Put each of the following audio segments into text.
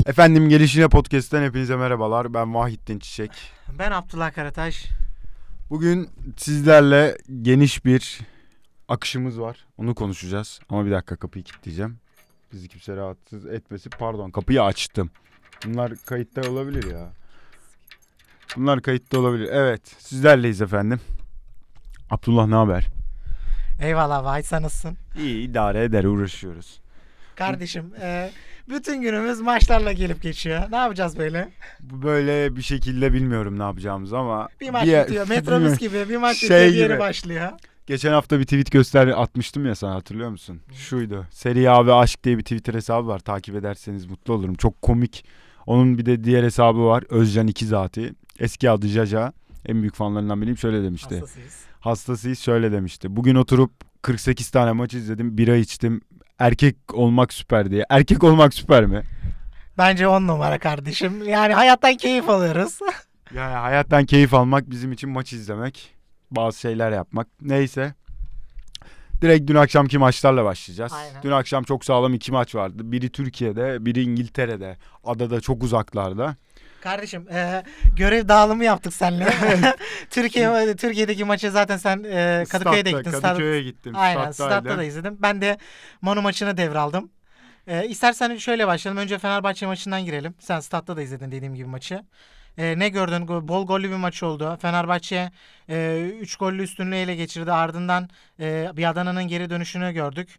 Efendim Gelişine Podcast'ten hepinize merhabalar. Ben Vahittin Çiçek. Ben Abdullah Karataş. Bugün sizlerle geniş bir akışımız var. Onu konuşacağız. Ama bir dakika, kapıyı kilitleyeceğim. Bizi kimse rahatsız etmesin. Pardon, kapıyı açtım. Bunlar kayıtta olabilir ya. Bunlar kayıtta olabilir. Evet, sizlerleyiz efendim. Abdullah, ne haber? Eyvallah Vahit, sen nasılsın? İyi, idare eder, uğraşıyoruz. Kardeşim bütün günümüz maçlarla gelip geçiyor. Ne yapacağız böyle? Bu böyle bir şekilde bilmiyorum ne yapacağımızı ama... Bir maç bitiyor. Metrobüs gibi bir maç bitiyor, diğeri başlıyor. Geçen hafta bir tweet atmıştım ya sana, hatırlıyor musun? Şuydu. Serie A ve Aşk diye bir Twitter hesabı var. Takip ederseniz mutlu olurum. Çok komik. Onun bir de diğer hesabı var. Özcan İkizati. Eski adı Jaja. En büyük fanlarından biriyim. Şöyle demişti. Hastasıyız. Şöyle demişti. Bugün oturup 48 tane maç izledim. Bira içtim. Erkek olmak süper diye. Erkek olmak süper mi? Bence 10 numara kardeşim. Yani hayattan keyif alıyoruz. Yani hayattan keyif almak bizim için maç izlemek. Bazı şeyler yapmak. Neyse. Direkt dün akşamki maçlarla başlayacağız. Aynen. Dün akşam çok sağlam 2 maç vardı. Biri Türkiye'de, biri İngiltere'de. Adada, çok uzaklarda. Kardeşim görev dağılımı yaptık seninle. Türkiye'deki maçı zaten sen Kadıköy'de gittin. Kadıköy'e gittim. Aynen, statta da izledim. Ben de Manu maçını devraldım. İstersen şöyle başlayalım. Önce Fenerbahçe maçından girelim. Sen statta da izledin dediğim gibi maçı. Ne gördün? Bol gollü bir maç oldu. Fenerbahçe 3 gollü üstünlüğü ele geçirdi. Ardından bir Adana'nın geri dönüşünü gördük.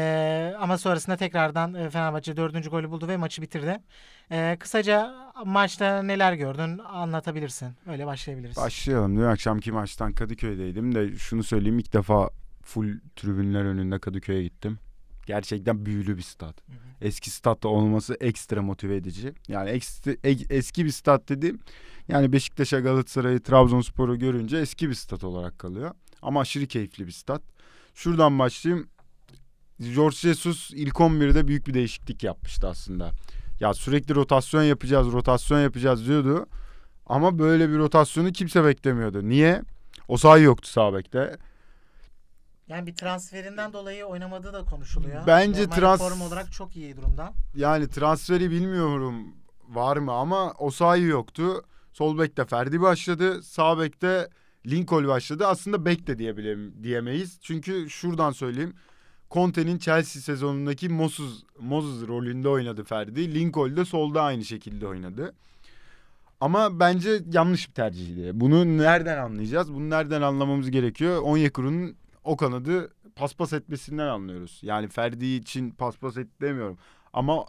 Ama sonrasında tekrardan Fenerbahçe 4. golü buldu ve maçı bitirdi. Kısaca maçta neler gördün anlatabilirsin. Öyle başlayabiliriz. Başlayalım. Dün akşamki maçtan Kadıköy'deydim de şunu söyleyeyim. İlk defa full tribünler önünde Kadıköy'e gittim. Gerçekten büyülü bir stat. Hı hı. Eski statta olması ekstra motive edici. Yani eski bir stat dediğim, yani Beşiktaş'a, Galatasaray'ı, Trabzonspor'u görünce eski bir stat olarak kalıyor. Ama aşırı keyifli bir stat. Şuradan başlayayım. Jorge Jesus ilk 11'de büyük bir değişiklik yapmıştı aslında. Ya sürekli rotasyon yapacağız diyordu. Ama böyle bir rotasyonu kimse beklemiyordu. Niye? Osayi yoktu sağ bekte. Yani bir transferinden dolayı oynamadığı da konuşuluyor. Bence form olarak çok iyi durumda. Yani transferi bilmiyorum var mı ama Osayi yoktu. Sol bekte Ferdi başladı. Sağ bekte Lincoln başladı. Aslında bek de diyemeyiz. Çünkü şuradan söyleyeyim. Conte'nin Chelsea sezonundaki Moses rolünde oynadı Ferdi. Lincoln de solda aynı şekilde oynadı. Ama bence yanlış bir tercihdi. Bunu nereden anlayacağız? Bunu nereden anlamamız gerekiyor? Onyekuru'nun o kanadı paspas etmesinden anlıyoruz. Yani Ferdi için paspas et demiyorum. Ama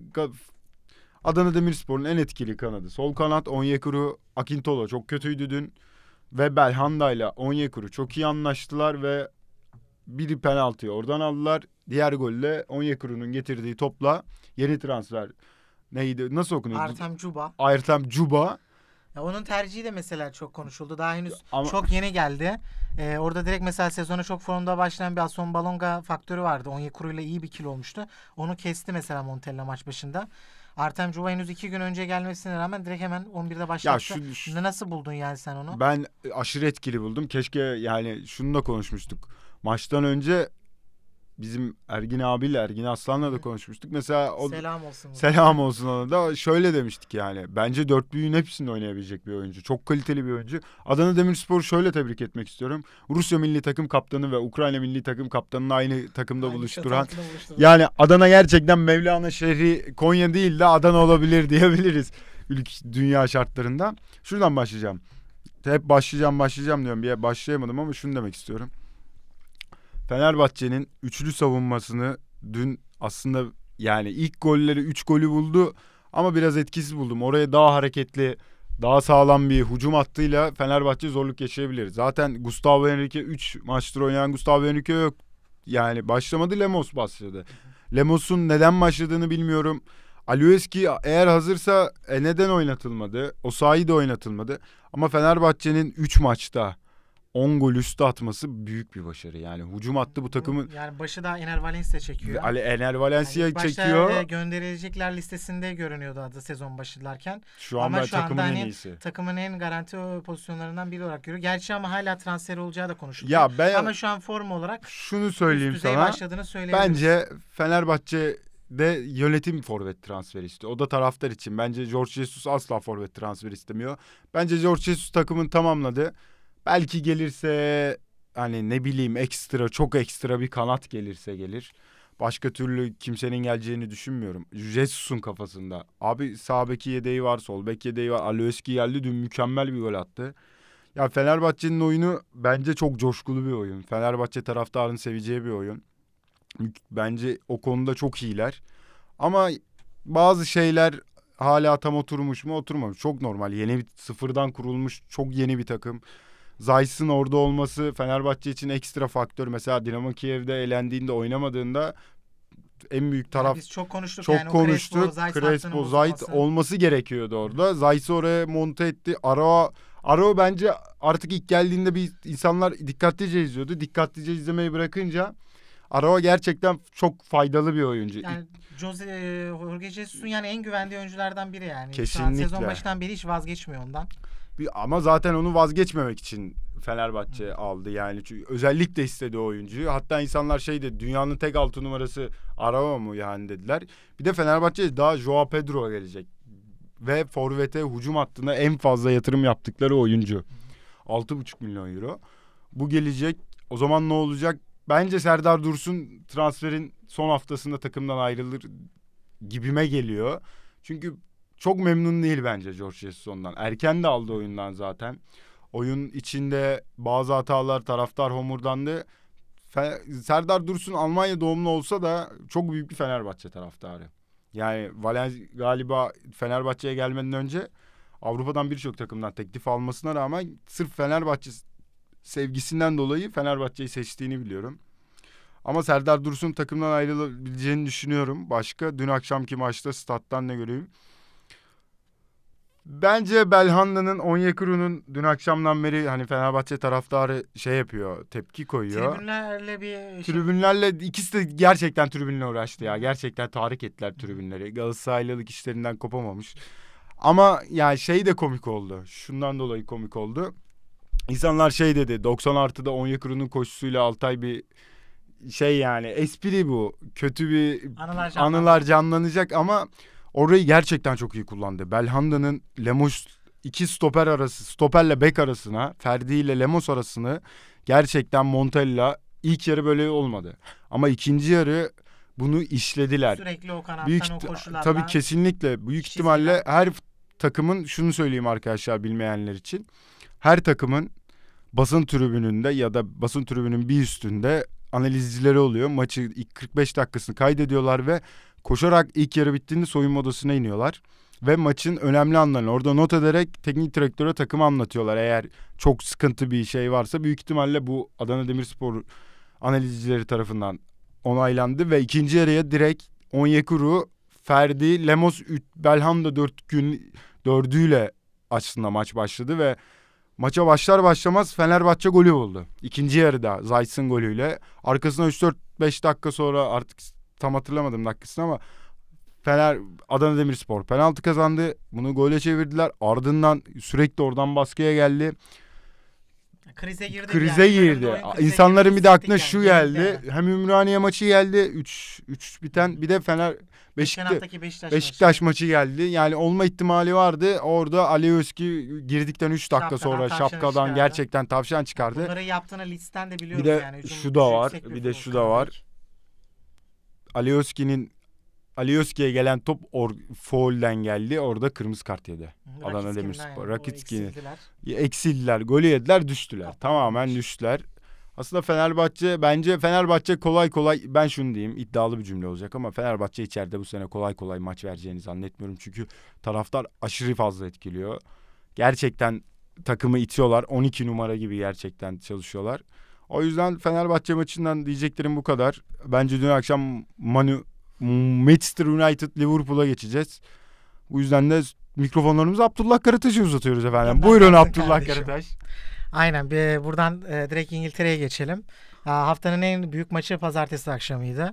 Adana Demirspor'un en etkili kanadı. Sol kanat Onyekuru, Akintola çok kötüydü dün. Ve Belhanda ile Onyekuru çok iyi anlaştılar ve biri penaltıyı oradan aldılar. Diğer golle Onyekuru'nun getirdiği topla yeni transfer neydi? Nasıl okunuyor? Artem Cuba. Ya onun tercihi de mesela çok konuşuldu. Daha henüz çok yeni geldi. Orada direkt mesela sezona çok formda başlayan bir Aston Balonga faktörü vardı. Onyekuru ile iyi bir kilo olmuştu. Onu kesti mesela Montella maç başında. Artem Cuba henüz 2 gün önce gelmesine rağmen direkt hemen 11'de başlattı. Nasıl buldun yani sen onu? Ben aşırı etkili buldum. Keşke, yani şunu da konuşmuştuk. Maçtan önce bizim Ergin Aslan'la da konuşmuştuk. Mesela selam olsun ona da şöyle demiştik yani. Bence dörtlüğün hepsinde oynayabilecek bir oyuncu. Çok kaliteli bir oyuncu. Adana Demirspor'u şöyle tebrik etmek istiyorum. Rusya milli takım kaptanı ve Ukrayna milli takım kaptanını aynı takımda buluşturan. Yani Adana gerçekten Mevlana şehri Konya değil de Adana olabilir diyebiliriz. Dünya şartlarında. Şuradan başlayacağım. Hep başlayacağım diyorum. Bir yer başlayamadım ama şunu demek istiyorum. Fenerbahçe'nin üçlü savunmasını dün aslında, yani ilk golleri 3 golü buldu ama biraz etkisiz buldum. Oraya daha hareketli, daha sağlam bir hücum hattıyla Fenerbahçe zorluk yaşayabilir. Zaten Gustavo Henrique 3 maçtır oynayan Gustavo Henrique yok. Yani başlamadı, Lemos başladı. Lemos'un neden başladığını bilmiyorum. Alioski eğer hazırsa neden oynatılmadı? Osayi de oynatılmadı. Ama Fenerbahçe'nin 3 maçta 10 gol üstü atması büyük bir başarı. Yani hücum hattı bu takımın. Yani başı da Ener Valencia çekiyor. Ener Valencia yani çekiyor. Başta gönderilecekler listesinde görünüyordu adı sezon başlarken. Şu anda takımın en iyisi. Takımın en garanti pozisyonlarından biri olarak görüyor. Gerçi ama hala transfer olacağı da konuşuluyor. Ama şu an form olarak şunu söyleyeyim sana. başladığını söyleyebiliriz. Bence Fenerbahçe de yönetim forvet transferi istiyor. O da taraftar için. Bence Jorge Jesus asla forvet transferi istemiyor. Bence Jorge Jesus takımını tamamladı. Belki gelirse hani ne bileyim çok ekstra bir kanat gelirse gelir. Başka türlü kimsenin geleceğini düşünmüyorum. Jesus'un kafasında. Abi sağ beki yedeği var, sol bek yedeği var. Alioski geldi dün mükemmel bir gol attı. Ya Fenerbahçe'nin oyunu bence çok coşkulu bir oyun. Fenerbahçe taraftarının seveceği bir oyun. Bence o konuda çok iyiler. Ama bazı şeyler hala tam oturmuş mu oturmamış. Çok normal. Yeni bir sıfırdan kurulmuş çok yeni bir takım. Zayt'sın orada olması Fenerbahçe için ekstra faktör. Mesela Dinamo Kiev'de elendiğinde oynamadığında en büyük taraf Biz çok konuştuk çok yani konuştuk. Crespo, Zayt olması gerekiyordu orada. Zayt'sı oraya monte etti. Arao bence artık ilk geldiğinde bir insanlar dikkatlice izliyordu. Dikkatlice izlemeyi bırakınca Arao gerçekten çok faydalı bir oyuncu. Yani Jorge Jesus'un yani en güvendiği oyunculardan biri yani. Kesinlikle. Sezon başından beri hiç vazgeçmiyor ondan. Ama zaten onu vazgeçmemek için Fenerbahçe aldı yani. Çünkü özellikle istediği oyuncuyu. Hatta insanlar dedi dünyanın tek 6 numarası Arao mu yani dediler. Bir de Fenerbahçe daha Joao Pedro gelecek. Ve forvete hücum hattına en fazla yatırım yaptıkları oyuncu. 6,5 milyon euro. Bu gelecek. O zaman ne olacak? Bence Serdar Dursun transferin son haftasında takımdan ayrılır gibime geliyor. Çünkü çok memnun değil bence Jorge Jesus ondan. Erken de aldı oyundan zaten. Oyun içinde bazı hatalar taraftar homurdandı. Serdar Dursun Almanya doğumlu olsa da çok büyük bir Fenerbahçe taraftarı. Yani galiba Fenerbahçe'ye gelmeden önce Avrupa'dan birçok takımdan teklif almasına rağmen sırf Fenerbahçe sevgisinden dolayı Fenerbahçe'yi seçtiğini biliyorum. Ama Serdar Dursun takımdan ayrılabileceğini düşünüyorum. Başka dün akşamki maçta stat'tan ne göreyim? Bence Belhanda'nın Onyekuru'nun dün akşamdan beri hani Fenerbahçe taraftarı yapıyor, tepki koyuyor. Tribünlerle ikisi de gerçekten tribünle uğraştı ya. Gerçekten tahrik ettiler tribünleri. Galatasaraylılık işlerinden kopamamış. Ama yani de komik oldu. Şundan dolayı komik oldu. İnsanlar dedi 90 artıda Onyekuru'nun koşusuyla Altay bir yani espri bu. Kötü bir anılar canlanacak ama orayı gerçekten çok iyi kullandı. Belhanda'nın Lemos iki stoperle bek arasına, Ferdi ile Lemos arasını gerçekten Montella ilk yarı böyle olmadı. Ama ikinci yarı bunu işlediler. Sürekli o kanattan o koşularla. Tabii kesinlikle. Büyük ihtimalle her takımın şunu söyleyeyim arkadaşlar bilmeyenler için. Her takımın basın tribününde ya da basın tribünün bir üstünde analizcileri oluyor. Maçı ilk 45 dakikasını kaydediyorlar ve koşarak ilk yarı bittiğinde soyunma odasına iniyorlar. Ve maçın önemli anlarını orada not ederek teknik direktöre takımı anlatıyorlar. Eğer çok sıkıntı bir şey varsa büyük ihtimalle bu Adana Demirspor analizcileri tarafından onaylandı. Ve ikinci yarıya direkt Onyekuru, Ferdi, Lemos, Belhanda dördüyle aslında maç başladı ve maça başlar başlamaz Fenerbahçe golü buldu. İkinci yarıda Zayt'sın golüyle. Arkasına 3-4-5 dakika sonra artık tam hatırlamadım dakikasını ama Adana Demirspor penaltı kazandı. Bunu gole çevirdiler. Ardından sürekli oradan baskıya geldi. Krize girdi. İnsanların bir de aklına şu geldi. Hem Ümraniye maçı geldi. 3 biten bir de Beşiktaş maçı geldi. Yani olma ihtimali vardı. Orada Alioski girdikten 3 dakika sonra şapkadan gerçekten tavşan çıkardı. Bunları yaptığını Litz'ten de biliyoruz bir de yani. şu da var. Alioski'ye gelen top foul'den geldi. Orada kırmızı kart yedi. Adana Demirspor. Rakitski'nin eksildiler. Golü yediler, düştüler. Tamamen düştüler. Aslında Fenerbahçe kolay ben şunu diyeyim, iddialı bir cümle olacak ama Fenerbahçe içeride bu sene kolay maç vereceğini zannetmiyorum. Çünkü taraftar aşırı fazla etkiliyor. Gerçekten takımı itiyorlar. 12 numara gibi gerçekten çalışıyorlar. O yüzden Fenerbahçe maçından diyeceklerim bu kadar. Bence dün akşam Manchester United Liverpool'a geçeceğiz. Bu yüzden de mikrofonlarımızı Abdullah Karataş'a uzatıyoruz efendim. Buyurun Abdullah Karataş. Aynen. Buradan direkt İngiltere'ye geçelim. Haftanın en büyük maçı pazartesi akşamıydı.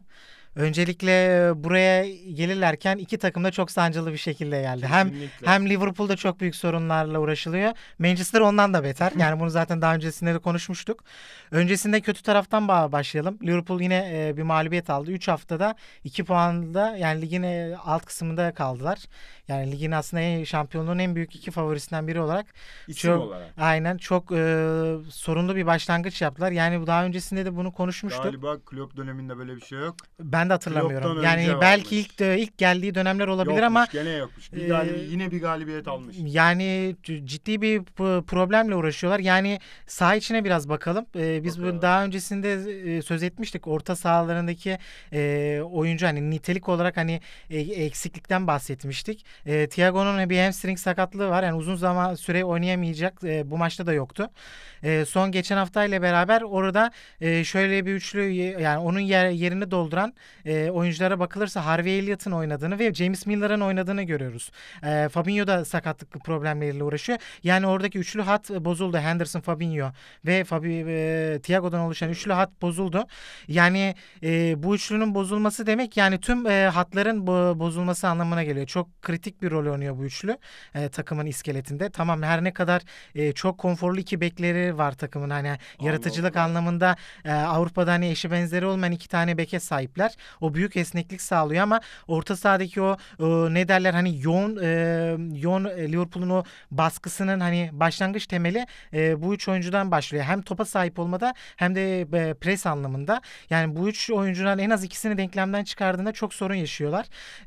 Öncelikle buraya gelirlerken iki takım da çok sancılı bir şekilde geldi. Kesinlikle. Hem Liverpool'da çok büyük sorunlarla uğraşılıyor. Manchester ondan da beter. Yani bunu zaten daha öncesinde de konuşmuştuk. Öncesinde kötü taraftan başlayalım. Liverpool yine bir mağlubiyet aldı. 3 haftada 2 puanda, yani ligin alt kısmında kaldılar. Yani ligin aslında şampiyonluğun en büyük iki favorisinden biri olarak İsim çok olarak. aynen çok sorunlu bir başlangıç yaptılar. Yani daha öncesinde de bunu konuşmuştuk. Galiba Klopp döneminde böyle bir şey yok. Ben de hatırlamıyorum. Klopp'tan Yani önce belki varmış. ilk geldiği dönemler olabilir Yokmuş, ama gene yokmuş. e, Yine bir galibiyet almış. yani ciddi bir problemle uğraşıyorlar. Yani saha içine biraz bakalım. Biz Bakalım. daha öncesinde söz etmiştik. Orta sahalarındaki oyuncu, hani nitelik olarak hani eksiklikten bahsetmiştik. Thiago'nun bir hamstring sakatlığı var. Yani uzun zaman süre oynayamayacak. Bu maçta da yoktu. Son geçen haftayla beraber orada şöyle bir üçlü, yani onun yerini dolduran oyunculara bakılırsa Harvey Elliott'ın oynadığını ve James Milner'ın oynadığını görüyoruz. Fabinho da sakatlık problemleriyle uğraşıyor. Yani oradaki üçlü hat bozuldu. Henderson, Fabinho ve Thiago'dan oluşan üçlü hat bozuldu. Yani bu üçlünün bozulması demek, yani tüm hatların bozulması anlamına geliyor. Çok kritik bir rol oynuyor bu üçlü takımın iskeletinde. Tamam, her ne kadar çok konforlu iki bekleri var takımın, hani yaratıcılık anlamında Avrupa'da hani eşi benzeri olmayan iki tane beke sahipler. O büyük esneklik sağlıyor ama orta sahadaki o ne derler, hani yoğun Liverpool'un o baskısının hani başlangıç temeli bu üç oyuncudan başlıyor. Hem topa sahip olmada hem de pres anlamında. Yani bu üç oyuncudan en az ikisini denklemden çıkardığında çok sorun yaşıyorlar.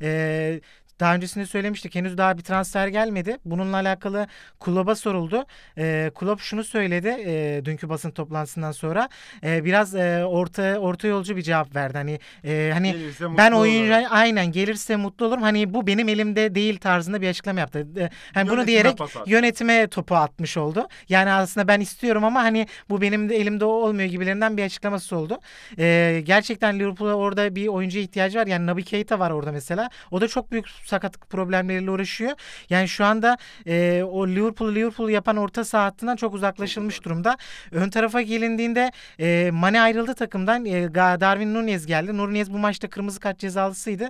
Daha öncesinde söylemiştik. Henüz daha bir transfer gelmedi. Bununla alakalı Klopp'a soruldu. Klopp şunu söyledi dünkü basın toplantısından sonra. Biraz orta yolcu bir cevap verdi. Hani Gelirse mutlu ben oyuncu olurum. aynen gelirse mutlu olurum. Hani bu benim elimde değil tarzında bir açıklama yaptı. Hani bunu Yönetime diyerek pas attı. yönetime topu atmış oldu. Yani aslında ben istiyorum ama hani bu benim de elimde olmuyor gibilerinden bir açıklaması oldu. Gerçekten Liverpool'a orada bir oyuncuya ihtiyacı var. Yani Naby Keita var orada mesela. O da çok büyük sakatlık problemleriyle uğraşıyor. Yani şu anda o Liverpool yapan orta saha hattından çok uzaklaşılmış uzak. durumda. Ön tarafa gelindiğinde Mane ayrıldı takımdan. Darwin Núñez geldi. Núñez bu maçta kırmızı kart cezalısıydı.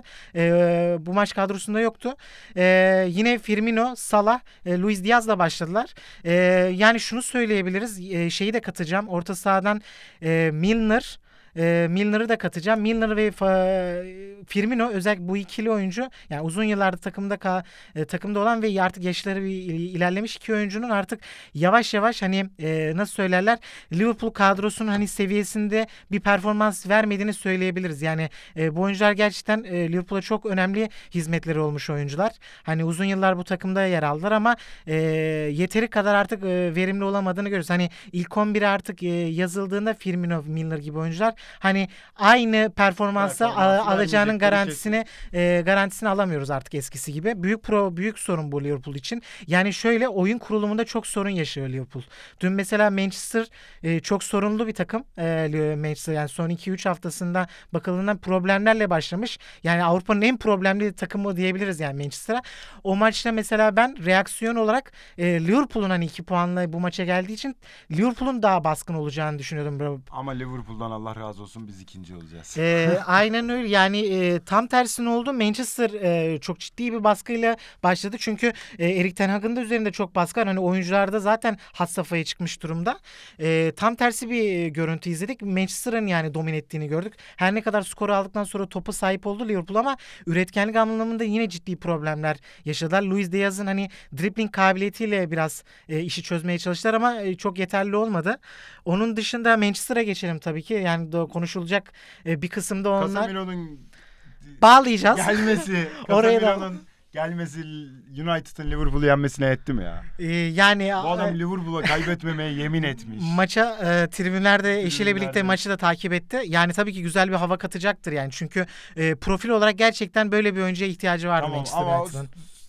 Bu maç kadrosunda yoktu. Yine Firmino, Salah, Luis Diaz'la başladılar. Yani şunu söyleyebiliriz. Şeyi de katacağım. Orta sahadan Milner'ı da katacağım. Milner ve Firmino, özellikle bu ikili oyuncu, yani uzun yıllardır takımda olan ve artık yaşları ilerlemiş iki oyuncunun artık yavaş yavaş hani nasıl söylerler, Liverpool kadrosunun hani seviyesinde bir performans vermediğini söyleyebiliriz. Yani bu oyuncular gerçekten Liverpool'a çok önemli hizmetleri olmuş oyuncular. Hani uzun yıllar bu takımda yer aldılar ama yeteri kadar artık verimli olamadığını görüyoruz. Hani ilk 11'e artık yazıldığında Firmino, Milner gibi oyuncular hani aynı performansı alacağının garantisini alamıyoruz artık eskisi gibi. Büyük sorun bu Liverpool için. Yani şöyle, oyun kurulumunda çok sorun yaşıyor Liverpool. Dün mesela Manchester çok sorunlu bir takım. Manchester yani son 2-3 haftasında bakıldığında problemlerle başlamış. Yani Avrupa'nın en problemli takımı diyebiliriz yani Manchester'a. O maçta mesela ben reaksiyon olarak Liverpool'un hani 2 puanla bu maça geldiği için Liverpool'un daha baskın olacağını düşünüyordum. Ama Liverpool'dan Allah razı olsun biz ikinci olacağız. Aynen öyle. Yani tam tersine oldu. Manchester çok ciddi bir baskıyla başladı. Çünkü Erik ten Hag'ın da üzerinde çok baskı var. Hani oyuncularda zaten had safhaya çıkmış durumda. Tam tersi bir görüntü izledik. Manchester'ın yani domine ettiğini gördük. Her ne kadar skoru aldıktan sonra topu sahip oldu Liverpool ama üretkenlik anlamında yine ciddi problemler yaşadılar. Luis Diaz'ın hani dribbling kabiliyetiyle biraz işi çözmeye çalıştılar ama çok yeterli olmadı. Onun dışında Manchester'a geçelim tabii ki. Yani konuşulacak bir kısımda onlar. Casemiro'nun Bağlayacağız. gelmesi, Oraya da- Casemiro'nun gelmesi United'ın Liverpool'u yenmesine etti mi ya? Yani Bu adam Liverpool'a kaybetmemeye yemin etmiş. maça tribünlerde eşiyle birlikte Tribünlerde. maçı da takip etti. Yani tabii ki güzel bir hava katacaktır yani. Çünkü profil olarak gerçekten böyle bir oyuncuya ihtiyacı vardı Tamam Manchester ama United'ın.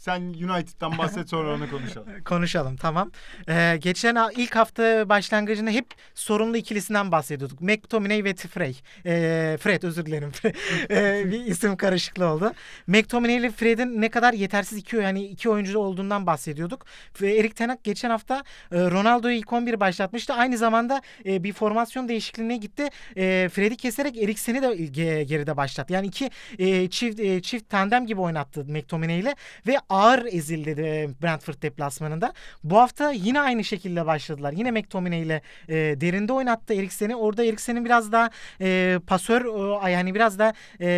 Sen United'dan bahset, sonra onu konuşalım. Konuşalım, tamam. Geçen ilk hafta başlangıcında hep sorunlu ikilisinden bahsediyorduk. McTominay ve Frey. Fred, özür dilerim. Bir isim karışıklığı oldu. McTominay ile Fred'in ne kadar yetersiz iki oyuncu olduğundan bahsediyorduk. Ve Erik ten Hag geçen hafta Ronaldo'yu ilk 11 başlatmıştı. Aynı zamanda bir formasyon değişikliğine gitti. Fred'i keserek Eriksen'i de geride başlattı. Yani iki çift tandem gibi oynattı McTominay ile ve ağır ezildi Brentford deplasmanında. Bu hafta yine aynı şekilde başladılar. Yine McTominay ile derinde oynattı Eriksen'i. Orada Eriksen'in biraz daha pasör, yani biraz da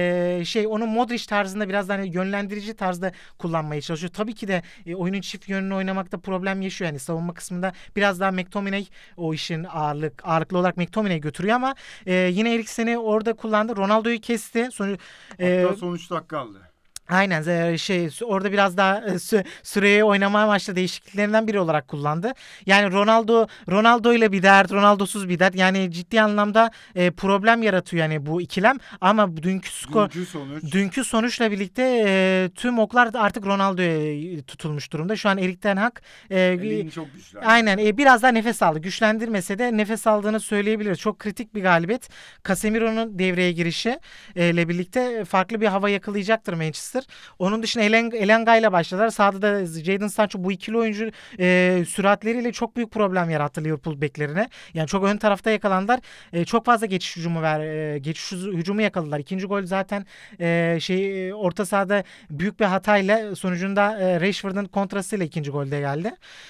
onu Modric tarzında, biraz daha yönlendirici tarzda kullanmaya çalışıyor. Tabii ki de oyunun çift yönünü oynamakta problem yaşıyor. Yani savunma kısmında biraz daha McTominay o işin ağırlıklı olarak McTominay götürüyor ama yine Eriksen'i orada kullandı. Ronaldo'yu kesti. Hatta son 3 dakika kaldı. Aynen, orada biraz daha süreyi oynamaya başladı, değişikliklerinden biri olarak kullandı. Yani Ronaldo ile bir dert, Ronaldo'suz bir dert. Yani ciddi anlamda problem yaratıyor yani bu ikilem. Ama dünkü sonuçla birlikte tüm oklar artık Ronaldo'ya tutulmuş durumda. Şu an Erik ten Hag çok güçlü. Aynen, biraz daha nefes aldı. Güçlendirmese de nefes aldığını söyleyebiliriz. Çok kritik bir galibiyet. Casemiro'nun devreye girişi ile birlikte farklı bir hava yakalayacaktır Manchester. Onun dışında Elanga ile başladılar. Sağda da Jadon Sancho, bu ikili oyuncu süratleriyle çok büyük problem yarattı Liverpool beklerine. Yani çok ön tarafta yakalandılar. Çok fazla geçiş hücumu yakaladılar. İkinci gol zaten orta sahada büyük bir hatayla, sonucunda Rashford'un kontrasıyla ikinci golde geldi.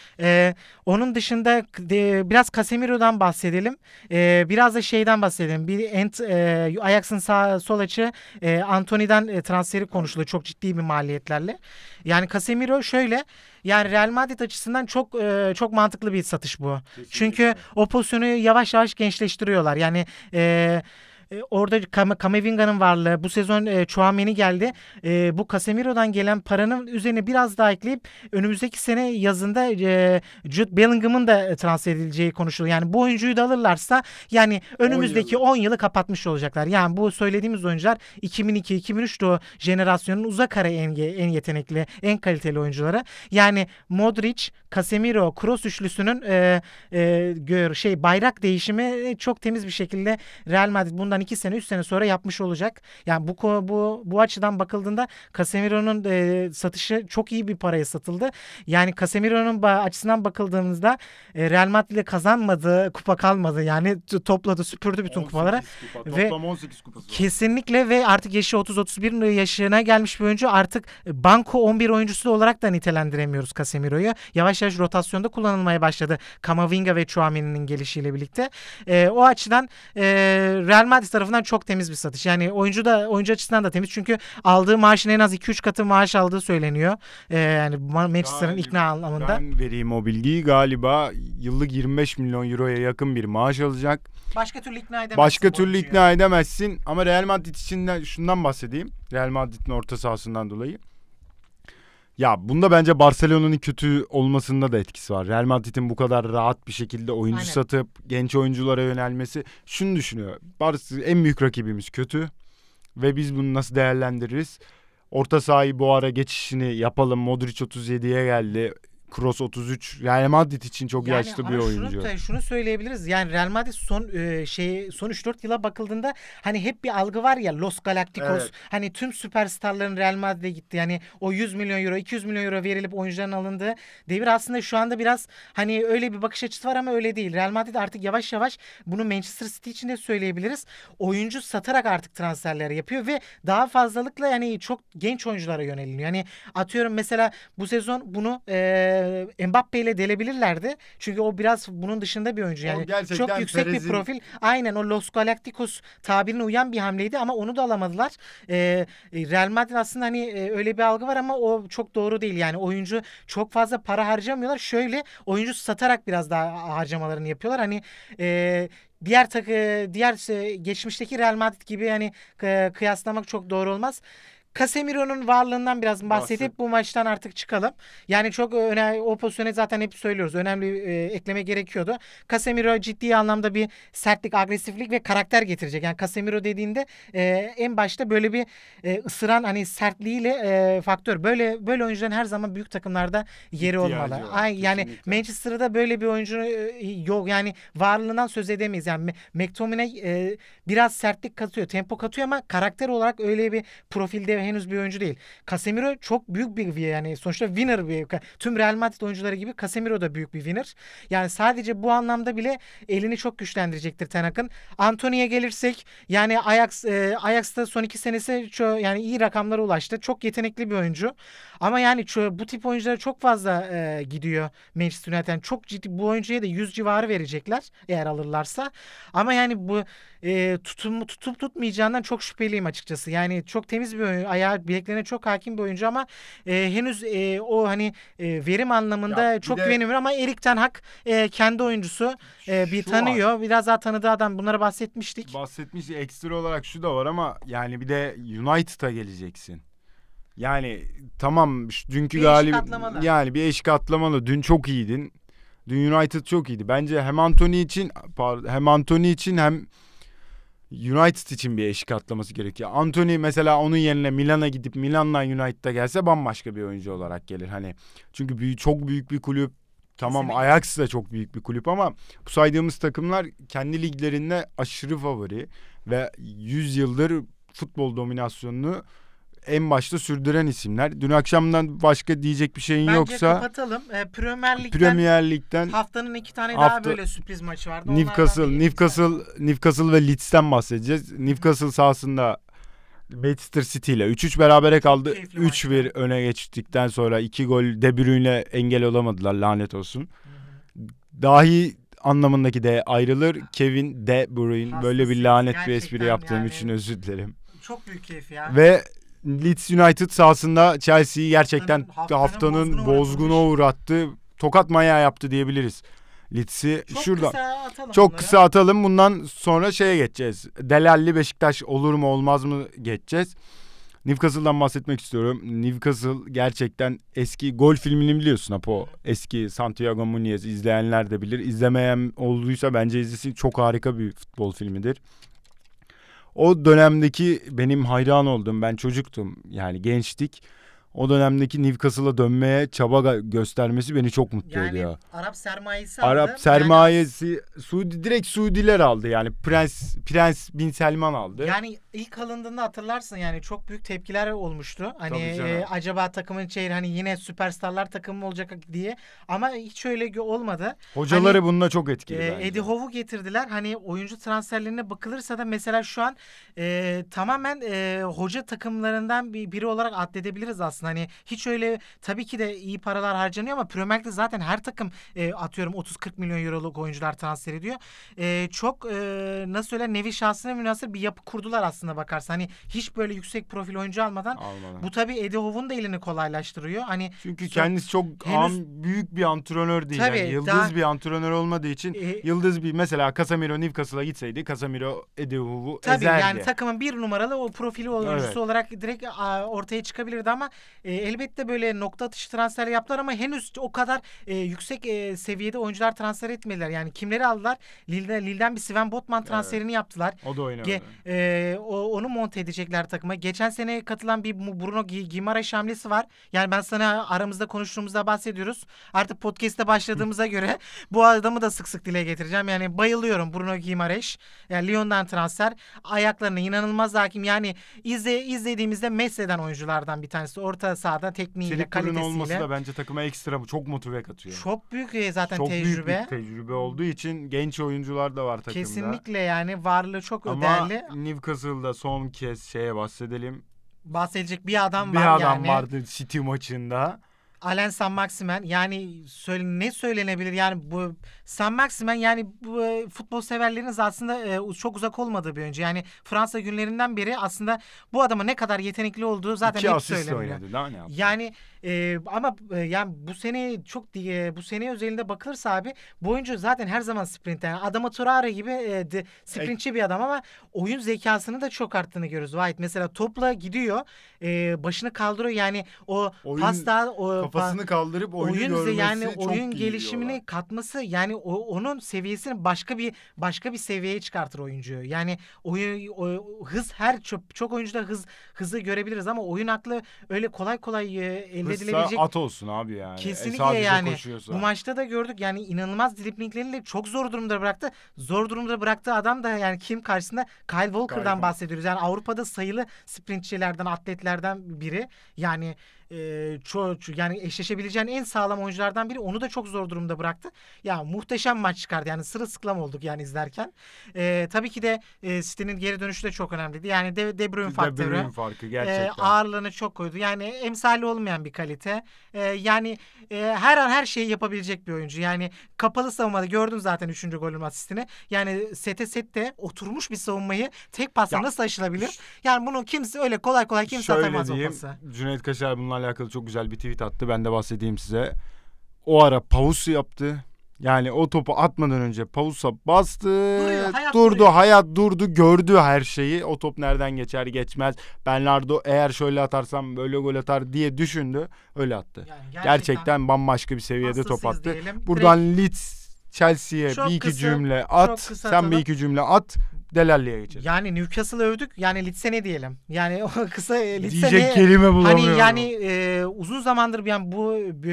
Onun dışında biraz Casemiro'dan bahsedelim. Biraz da şeyden bahsedelim. Ajax'ın sol açı Antony'den transferi konuşuluyor çok ciddi bir maliyetlerle. Yani Casemiro şöyle, yani Real Madrid açısından çok mantıklı bir satış bu. Kesinlikle. Çünkü o pozisyonu yavaş yavaş gençleştiriyorlar. Yani orada Kamavinga'nın varlığı, bu sezon Tchouaméni geldi. Bu Casemiro'dan gelen paranın üzerine biraz daha ekleyip önümüzdeki sene yazında Jude Bellingham'ın da transfer edileceği konuşuluyor. Yani bu oyuncuyu da alırlarsa yani önümüzdeki 10 yılı kapatmış olacaklar. Yani bu söylediğimiz oyuncular 2002-2003 doğu jenerasyonun uzak ara en yetenekli, en kaliteli oyuncuları. Yani Modric, Casemiro, Kroos üçlüsünün bayrak değişimi çok temiz bir şekilde Real Madrid bundan 2 sene 3 sene sonra yapmış olacak. Yani bu açıdan bakıldığında Casemiro'nun satışı çok iyi bir paraya satıldı. Yani Casemiro'nun açısından bakıldığımızda Real Madrid'le kazanmadığı kupa kalmadı. Yani topladı, süpürdü bütün kupaları. Toplam 18 kupası var. Kesinlikle, ve artık yaşı 30-31 yaşına gelmiş bir oyuncu. Artık banko 11 oyuncusu olarak da nitelendiremiyoruz Casemiro'yu. Yavaş yavaş rotasyonda kullanılmaya başladı Kamavinga ve Tchouaméni'nin gelişiyle birlikte. O açıdan Real Madrid tarafından çok temiz bir satış. Yani oyuncu açısından da temiz. Çünkü aldığı maaşın en az 2-3 katı maaş aldığı söyleniyor. Yani Manchester'ın ikna anlamında. Ben vereyim o bilgiyi. Galiba yıllık 25 milyon euroya yakın bir maaş alacak. Başka türlü ikna edemezsin. Ama Real Madrid için de şundan bahsedeyim. Real Madrid'in orta sahasından dolayı. Ya bunda bence Barcelona'nın kötü olmasında da etkisi var. Real Madrid'in bu kadar rahat bir şekilde oyuncu satıp genç oyunculara yönelmesi. Şunu düşünüyor. En büyük rakibimiz kötü ve biz bunu nasıl değerlendiririz? Orta sahayı bu ara geçişini yapalım. Modric 37'ye geldi. Kroos 33. Real Madrid için çok yaşlı bir oyuncu. Şunu söyleyebiliriz. Yani Real Madrid son 3-4 yıla bakıldığında hani hep bir algı var ya, Los Galacticos. Evet. Hani tüm süperstarların Real Madrid'e gitti. Yani o 100 milyon euro, 200 milyon euro verilip oyuncuların alındığı devir aslında şu anda biraz hani öyle bir bakış açısı var ama öyle değil. Real Madrid artık yavaş yavaş, bunu Manchester City için de söyleyebiliriz, oyuncu satarak artık transferler yapıyor ve daha fazlalıkla yani çok genç oyunculara yöneliniyor. Yani atıyorum mesela bu sezon bunu Mbappe ile delebilirlerdi. Çünkü o biraz bunun dışında bir oyuncu. Yani çok yüksek bir profil. Aynen, o Los Galacticos tabirine uyan bir hamleydi ama onu da alamadılar. Real Madrid aslında hani öyle bir algı var ama o çok doğru değil. Yani oyuncu çok fazla para harcamıyorlar. Şöyle, oyuncu satarak biraz daha harcamalarını yapıyorlar. Hani diğer geçmişteki Real Madrid gibi hani kıyaslamak çok doğru olmaz. Casemiro'nun varlığından biraz bahsedip Bahset. bu maçtan artık çıkalım. Yani çok önemli, o pozisyonu zaten hep söylüyoruz. Önemli ekleme gerekiyordu. Casemiro ciddi anlamda bir sertlik, agresiflik ve karakter getirecek. Yani Casemiro dediğinde en başta böyle bir ısıran hani sertliğiyle faktör. Böyle oyuncuların her zaman büyük takımlarda yeri İhtiyacı olmalı. var, Yani kesinlikle. Manchester'da böyle bir oyuncu yok. Yani varlığından söz edemeyiz. Yani McTominay biraz sertlik katıyor, tempo katıyor ama karakter olarak öyle bir profilde henüz bir oyuncu değil. Casemiro çok büyük bir yani sonuçta winner bir tüm Real Madrid oyuncuları gibi Casemiro da büyük bir winner. Yani sadece bu anlamda bile elini çok güçlendirecektir Ten Hag'ın. Antony'ye gelirsek yani Ajax'ta son 2 senesi yani iyi rakamlara ulaştı. Çok yetenekli bir oyuncu. Ama yani bu tip oyunculara çok fazla gidiyor Manchester United. Yani çok ciddi bu oyuncuya da 100 civarı verecekler eğer alırlarsa. Ama yani bu tutup tutmayacağından çok şüpheliyim açıkçası. Yani çok temiz bir oyuncu, ayağı bileklerine çok hakim bir oyuncu ama henüz o hani verim Ya anlamında bir çok de güvenemiyor ama Erik Ten Hag kendi oyuncusu bir şu var. tanıyor. Biraz daha tanıdığı adam. Bunlara bahsetmiştik. Bahsetmiş ekstra olarak şu da var ama yani bir de United'a geleceksin. Yani tamam dünkü Bir eşik atlamalı. yani bir eşik atlamalı. Dün çok iyiydin. Dün United çok iyiydi. Bence hem Anthony için hem United için bir eşik atlaması gerekiyor. Anthony mesela onun yerine Milan'a gidip Milan'la United'a gelse bambaşka bir oyuncu olarak gelir. Hani çünkü çok büyük bir kulüp. Tamam, Kesinlikle. Ajax da çok büyük bir kulüp ama bu saydığımız takımlar kendi liglerinde aşırı favori ve 100 yıldır futbol dominasyonunu en başta sürdüren isimler. Dün akşamdan başka diyecek bir şeyin Bence yoksa kapatalım. Premier Premier Lig'den haftanın 2 tane daha hafta böyle sürpriz maçı vardı. Onlardan bir Newcastle ve Leeds'ten bahsedeceğiz. Newcastle sahasında Manchester City ile 3-3 berabere kaldı. keyifli maçtı. 3-1 öne geçtikten sonra 2 gol De Bruyne'le engel olamadılar, lanet olsun. Hı hı. Dahi anlamındaki de ayrılır. Kevin De Bruyne, böyle bir Hastasıyız. lanet bir espri Gerçekten yaptığım yani için özür dilerim. çok büyük keyif ya. Ve Leeds United sahasında Chelsea'yi gerçekten haftanın bozguna uğrattı. Tokat manyağı yaptı diyebiliriz. Leeds'i Çok şuradan kısa atalım çok bunları. kısa atalım. Bundan sonra şeye geçeceğiz. Delalli Beşiktaş olur mu olmaz mı geçeceğiz. Newcastle'dan bahsetmek istiyorum. Newcastle gerçekten eski gol filmini biliyorsun Apo. Eski Santiago Muniz, izleyenler de bilir. İzlemeyen olduysa bence izlesin. Çok harika bir futbol filmidir. O dönemdeki benim hayran olduğum, ben çocuktum yani gençtik. O dönemdeki Newcastle'a dönmeye çaba göstermesi beni çok mutlu Yani ediyor. Arap sermayesi aldı. Arap sermayesi direkt Suudiler aldı, yani Prens Bin Selman aldı. Yani ilk alındığında hatırlarsın yani çok büyük tepkiler olmuştu. Hani Tabii canım. acaba takımın hani yine süperstarlar takımı mı olacak diye. Ama hiç öyle olmadı. Hocaları Hani, bununla çok etkili bence. Eddie Howe'u getirdiler. Hani oyuncu transferlerine bakılırsa da mesela şu an tamamen hoca takımlarından biri olarak addedebiliriz aslında. Hani hiç öyle, tabii ki de iyi paralar harcanıyor ama Premier Lig'de zaten her takım atıyorum 30-40 milyon euroluk oyuncular transfer ediyor. Çok nasıl söyler, nevi şahsına münhasır bir yapı kurdular aslında bakarsan. Hani hiç böyle yüksek profil oyuncu almadan. Almadan. Bu tabii Eddie Howe'un da elini kolaylaştırıyor. Hani Çünkü kendisi çok büyük bir antrenör değil. Tabii, yani yıldız daha- bir antrenör olmadığı için yıldız bir, mesela Casemiro Newcastle'a gitseydi Casemiro Eddie Howe'u tabii ezerdi. yani takımın bir numaralı o profili oyuncusu Evet. olarak direkt ortaya çıkabilirdi ama elbette böyle nokta atışı transfer yaptılar ama henüz o kadar yüksek seviyede oyuncular transfer etmediler. Yani kimleri aldılar? Lille'den bir Sven Botman transferini yaptılar. O da oynamadı. Onu monte edecekler takıma. Geçen sene katılan bir Bruno Guimaraes hamlesi var. Yani ben sana aramızda konuştuğumuzda bahsediyoruz. Artık podcast'te başladığımıza göre bu adamı da sık sık dile getireceğim. Yani bayılıyorum Bruno Guimaraes. Yani Lyon'dan transfer. Ayaklarına inanılmaz hakim. Yani izlediğimizde Messi'den oyunculardan bir tanesi. Orta sahada tekniğiyle, Çelik Pırın olması kalitesiyle. da bence takıma ekstra çok motive katıyor. Çok büyük zaten Çok tecrübe. büyük bir tecrübe olduğu için genç oyuncular da var takımda. Kesinlikle yani varlığı çok Ama değerli. Newcastle'da son kez bahsedelim. Bahsedecek bir adam Bir var adam yani. vardı City maçında. Alain Saint-Maximin yani ne söylenebilir yani bu Saint-Maximin yani bu futbol severlerin aslında çok uzak olmadığı bir oyuncu. Yani Fransa günlerinden beri aslında bu adama ne kadar yetenekli olduğu zaten 2 hep asistle söyleniyor. oynadı. Daha ne yaptı? Yani ama yani bu sene özelinde bakılırsa abi bu oyuncu zaten her zaman sprint. Yani Adama Traore gibi sprintçi bir adam ama oyun zekasını da çok arttığını görüyoruz. White mesela topla gidiyor, başını kaldırıyor yani o Oyun pasta kafasını kaldırıp oyunu görmesi yani çok oyun iyi gelişimini diyorlar. katması yani onun seviyesini başka bir seviyeye çıkartır oyuncuyu. Yani hız çok oyuncuda hızı görebiliriz ama oyun aklı öyle kolay kolay elde Hızsa edilebilecek. at olsun abi yani. Kesinlikle Sadece yani. koşuyorsa. Bu maçta da gördük yani inanılmaz driblingleriyle çok zor durumda bıraktı. Zor durumda bıraktığı adam da yani kim karşısında? Kyle Walker'dan bahsediyoruz. Yani Avrupa'da sayılı sprintçilerden, atletlerden biri. Yani yani eşleşebileceğin en sağlam oyunculardan biri. Onu da çok zor durumda bıraktı. Ya muhteşem maç çıkardı. Yani sırılsıklam olduk yani izlerken. Tabii ki de City'nin geri dönüşü de çok önemliydi. Yani De Bruyne faktörü. De Bruyne farkı gerçekten. Ağırlığını çok koydu. Yani emsali olmayan bir kalite. Yani her an her şeyi yapabilecek bir oyuncu. Yani kapalı savunmada gördüm zaten 3. golün asistini. Yani sette oturmuş bir savunmayı tek pasla nasıl aşılabilir? Yani bunu kimse öyle kolay kolay kimse atamaz o pası. Cüneyt Kaşar bununla alakalı çok güzel bir tweet attı. Ben de bahsedeyim size. O ara pause yaptı. Yani o topu atmadan önce pausa bastı. Hayat durdu. Gördü her şeyi. O top nereden geçer geçmez. Bernardo eğer şöyle atarsam böyle gol atar diye düşündü. Öyle attı. Yani gerçekten bambaşka bir seviyede top attı. Diyelim. Buradan Leeds Chelsea'ye bir iki cümle at. Sen bir iki cümle at. Delalli'ye geçelim. Yani Newcastle'ı övdük. Yani Leeds'e ne diyelim? Yani o kısa Leeds'e diyecek kelime bulamıyorum. Hani yani uzun zamandır yani bu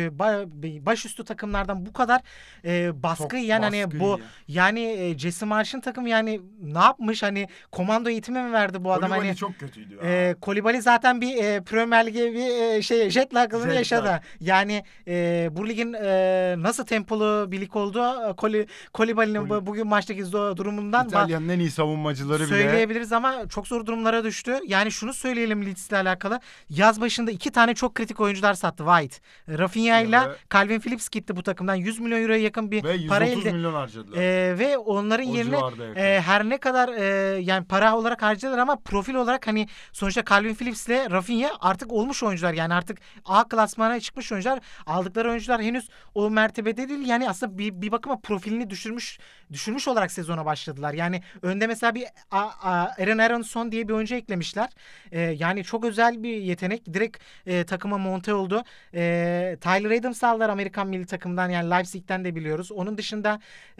başüstü takımlardan bu kadar baskı yani hani bu yani Jesse Marsh'ın takım yani ne yapmış hani komando eğitimi mi verdi bu adam Koulibaly hani çok kötüydü ya. Koulibaly zaten bir Premier Lig'e bir jet lag'ını yaşadı. Yani bu ligin nasıl tempolu bir lig olduğu Koulibaly'nin bugün maçtaki durumundan İtalya'nın en iyi savunmacıları bile söyleyebiliriz ama çok zor durumlara düştü. Yani şunu söyleyelim Leeds'le alakalı. Yaz başında 2 tane çok kritik oyuncular sattı White. Rafinha ile Calvin Phillips gitti bu takımdan. 100 milyon euroya yakın bir para elde. Ve 130 milyon harcadılar. Ve onların yerine her ne kadar yani para olarak harcadılar ama profil olarak hani sonuçta Calvin Phillips ile Rafinha artık olmuş oyuncular. Yani artık A klasmana çıkmış oyuncular. Aldıkları oyuncular henüz o mertebede değil. Yani aslında bir bakıma profilini düşürmüş olarak sezona başladılar. Yani önde mesela bir Aaron Aronson diye bir oyuncu eklemişler. Yani çok özel bir yetenek. Direkt takıma monte oldu. Tyler Adams aldılar Amerikan milli takımdan yani Leipzig'ten de biliyoruz. Onun dışında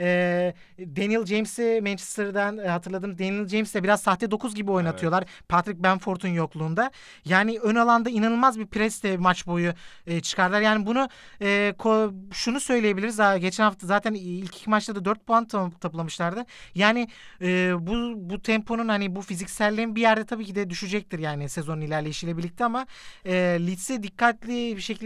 Daniel James'i Manchester'dan hatırladım. Daniel James'le biraz sahte 9 gibi oynatıyorlar. Evet. Patrick Bamford'un yokluğunda. Yani ön alanda inanılmaz bir presle maç boyu çıkardılar. Yani bunu şunu söyleyebiliriz. Geçen hafta zaten ilk 2 maçta da 4 puan toplamışlardı. Yani bu temponun hani bu fizikselliğin bir yerde tabii ki de düşecektir yani sezonun ilerleyişiyle birlikte ama Leeds'i dikkatli bir şekilde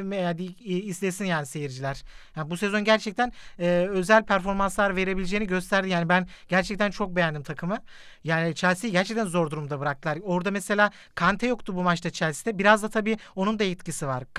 izlesin yani seyirciler. Yani bu sezon gerçekten özel performanslar verebileceğini gösterdi. Yani ben gerçekten çok beğendim takımı. Yani Chelsea'yi gerçekten zor durumda bıraktılar. Orada mesela Kante yoktu bu maçta Chelsea'de. Biraz da tabii onun da etkisi var.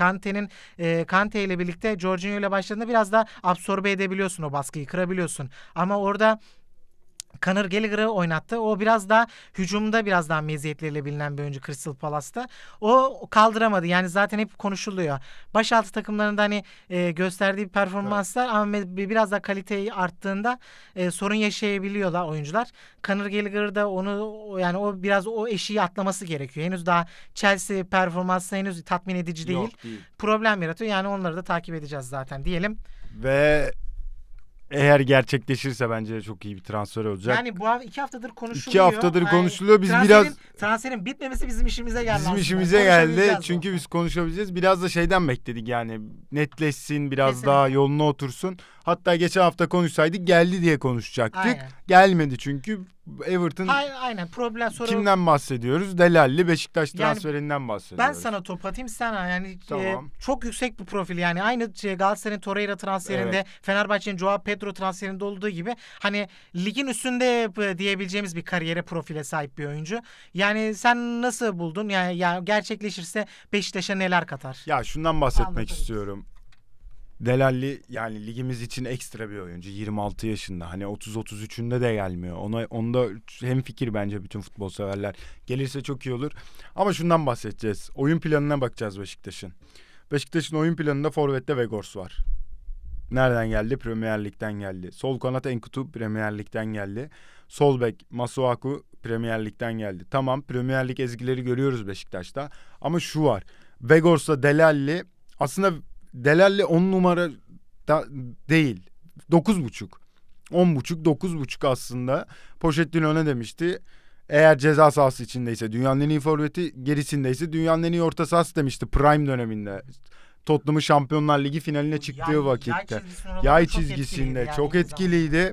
Kante ile birlikte Jorginho ile başladığında biraz da absorbe edebiliyorsun o baskıyı, kırabiliyorsun. Ama orada Conor Gallagher'ı oynattı. O biraz daha hücumda biraz daha meziyetleriyle bilinen bir oyuncu Crystal Palace'ta. O kaldıramadı. Yani zaten hep konuşuluyor. Başaltı takımlarında hani gösterdiği performanslar ama biraz daha kaliteyi arttığında sorun yaşayabiliyorlar oyuncular. Conor Gallagher'da yani o biraz o eşiği atlaması gerekiyor. Henüz daha Chelsea performansı henüz tatmin edici değil. Problem yaratıyor. Yani onları da takip edeceğiz zaten diyelim. Ve eğer gerçekleşirse bence çok iyi bir transfer olacak. Yani bu 2 haftadır konuşuluyor. 2 haftadır konuşuluyor. Biz transferin bitmemesi bizim işimize geldi. Bizim işimize geldi. Çünkü biz konuşabileceğiz. Biraz da şeyden bekledik yani. Netleşsin, biraz daha yoluna otursun. Hatta geçen hafta konuşsaydık geldi diye konuşacaktık. Aynen. Gelmedi çünkü Everton Aynen problem soru. kimden bahsediyoruz? Delalli Beşiktaş Yani transferinden bahsediyoruz. Ben sana top atayım sana yani Tamam. çok yüksek bir profil yani aynı Galatasaray'ın Torreira transferinde Fenerbahçe'nin Joao Pedro transferinde olduğu gibi hani ligin üstünde diyebileceğimiz bir kariyere profile sahip bir oyuncu. Yani sen nasıl buldun? Yani ya gerçekleşirse Beşiktaş'a neler katar? Ya şundan bahsetmek Anlatabiliriz. istiyorum. Delalli yani ligimiz için ekstra bir oyuncu. 26 yaşında. Hani 30-33'ünde de gelmiyor. Onda hemfikir bence bütün futbol severler. Gelirse çok iyi olur. Ama şundan bahsedeceğiz. Oyun planına bakacağız Beşiktaş'ın. Beşiktaş'ın oyun planında forvette Vegors var. Nereden geldi? Premier Lig'den geldi. Sol kanat Enkutu Premier Lig'den geldi. Sol bek Masuaku Premier Lig'den geldi. Tamam, Premier Lig ezgileri görüyoruz Beşiktaş'ta. Ama şu var. Vegors'la Delalli aslında Delalli 10 numara da değil. 9,5. 10,5 9,5 aslında. Pochettino ne demişti? Eğer ceza sahası içindeyse dünyanın en iyi forveti, gerisindeyse dünyanın en iyi orta sahası demişti Prime döneminde. Tottenham'ın Şampiyonlar Ligi finaline çıktığı vakitte. Yay çizgisinde çok etkiliydi.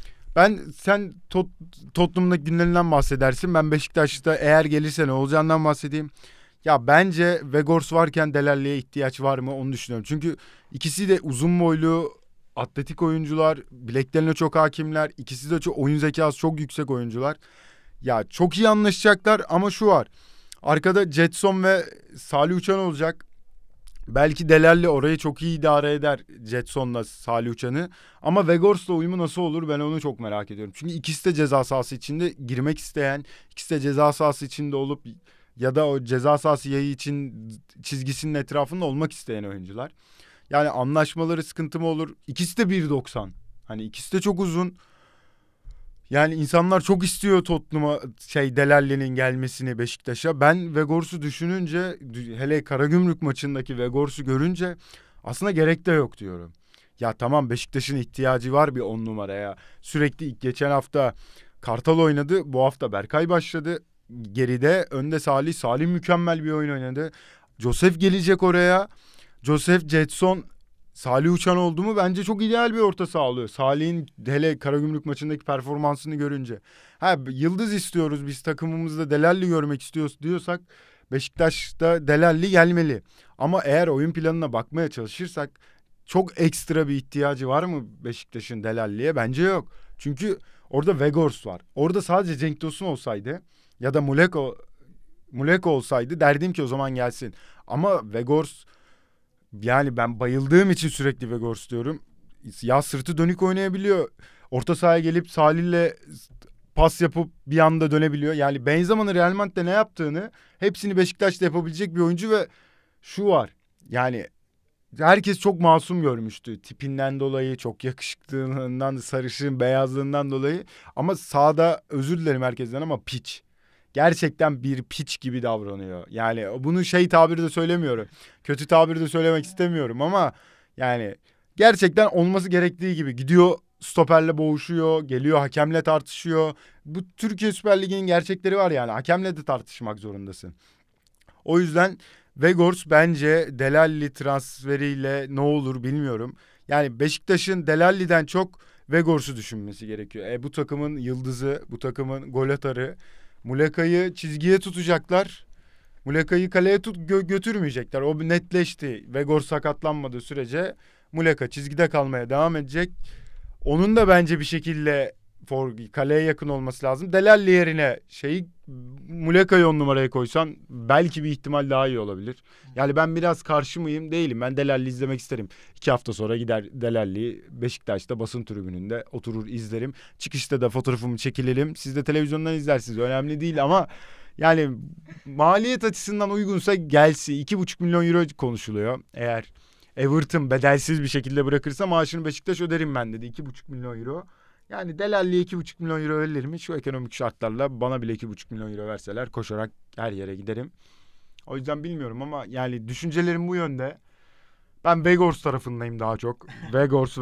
Sen Tottenham'daki günlerinden bahsedersin. Ben Beşiktaş'ta eğer gelirse ne olacağından bahsedeyim. Ya bence Vegors varken Delalli'ye ihtiyaç var mı onu düşünüyorum. Çünkü ikisi de uzun boylu, atletik oyuncular, bileklerine çok hakimler. İkisi de çok oyun zekası çok yüksek oyuncular. Ya çok iyi anlaşacaklar ama şu var. Arkada Jetson ve Salih Uçan olacak. Belki Delalli orayı çok iyi idare eder Jetson'la Salih Uçan'ı. Ama Vegors'la uyumu nasıl olur ben onu çok merak ediyorum. Çünkü ikisi de ceza sahası içinde girmek isteyen, ikisi de ceza sahası içinde olup ya da o ceza sahası yayı için çizgisinin etrafında olmak isteyen oyuncular. Yani anlaşmaları sıkıntı mı olur? İkisi de 1.90. Hani ikisi de çok uzun. Yani insanlar çok istiyor Tottenham'a Delalli'nin gelmesini Beşiktaş'a. Ben Vegors'u düşününce hele Karagümrük maçındaki Vegors'u görünce aslında gerek de yok diyorum. Ya tamam Beşiktaş'ın ihtiyacı var bir 10 numaraya. Sürekli geçen hafta Kartal oynadı. Bu hafta Berkay başladı. Geride önde Salih. Salih mükemmel bir oyun oynadı. Josef gelecek oraya. Josef, Jetson, Salih Uçan oldu mu bence çok ideal bir orta sağlıyor. Salih'in hele Karagümrük maçındaki performansını görünce. Yıldız istiyoruz biz takımımızda Delalli görmek istiyoruz diyorsak Beşiktaş'ta Delalli gelmeli. Ama eğer oyun planına bakmaya çalışırsak çok ekstra bir ihtiyacı var mı Beşiktaş'ın Delalli'ye? Bence yok. Çünkü orada Vegors var. Orada sadece Cenk Tosun olsaydı ya da Muleko olsaydı derdim ki o zaman gelsin. Ama Vegors yani ben bayıldığım için sürekli Vegors diyorum. Ya sırtı dönük oynayabiliyor. Orta sahaya gelip Salih'le pas yapıp bir anda dönebiliyor. Yani Benzema'nın Real Madrid'de ne yaptığını hepsini Beşiktaş'ta yapabilecek bir oyuncu ve şu var. Yani herkes çok masum görmüştü. Tipinden dolayı, çok yakışıklılığından, sarışın, beyazlığından dolayı. Ama sahada özür dilerim herkesten ama piç. Gerçekten bir piç gibi davranıyor. Yani bunu tabiri de söylemiyorum. Kötü tabiri de söylemek istemiyorum ama yani gerçekten olması gerektiği gibi gidiyor stoperle boğuşuyor, geliyor hakemle tartışıyor. Bu Türkiye Süper Ligi'nin gerçekleri var yani. Hakemle de tartışmak zorundasın. O yüzden Vegors bence Delalli transferiyle ne olur bilmiyorum. Yani Beşiktaş'ın Delalli'den çok Vegors'u düşünmesi gerekiyor. Bu takımın yıldızı, bu takımın gol atarı. Muleka'yı çizgiye tutacaklar. Muleka'yı kaleye götürmeyecekler. O netleşti. Vegors sakatlanmadığı sürece Muleka çizgide kalmaya devam edecek. Onun da bence bir şekilde kaleye yakın olması lazım. Delalli yerine Muleka'yı 10 numaraya koysan belki bir ihtimal daha iyi olabilir. Yani ben biraz karşı mıyım? Değilim. Ben Delalli izlemek isterim. 2 hafta sonra gider Delalli Beşiktaş'ta basın tribününde oturur izlerim. Çıkışta da fotoğrafımı çekilelim. Siz de televizyondan izlersiniz. Önemli değil ama yani maliyet açısından uygunsa gelsin. 2,5 milyon euro konuşuluyor. Eğer Everton bedelsiz bir şekilde bırakırsa maaşını Beşiktaş öderim ben dedi. 2,5 milyon euro. Yani Delalli'ye 2,5 milyon euro verilir mi? Şu ekonomik şartlarla bana bile 2,5 milyon euro verseler koşarak her yere giderim. O yüzden bilmiyorum ama yani düşüncelerim bu yönde. Ben Vegors tarafındayım daha çok. Vegors.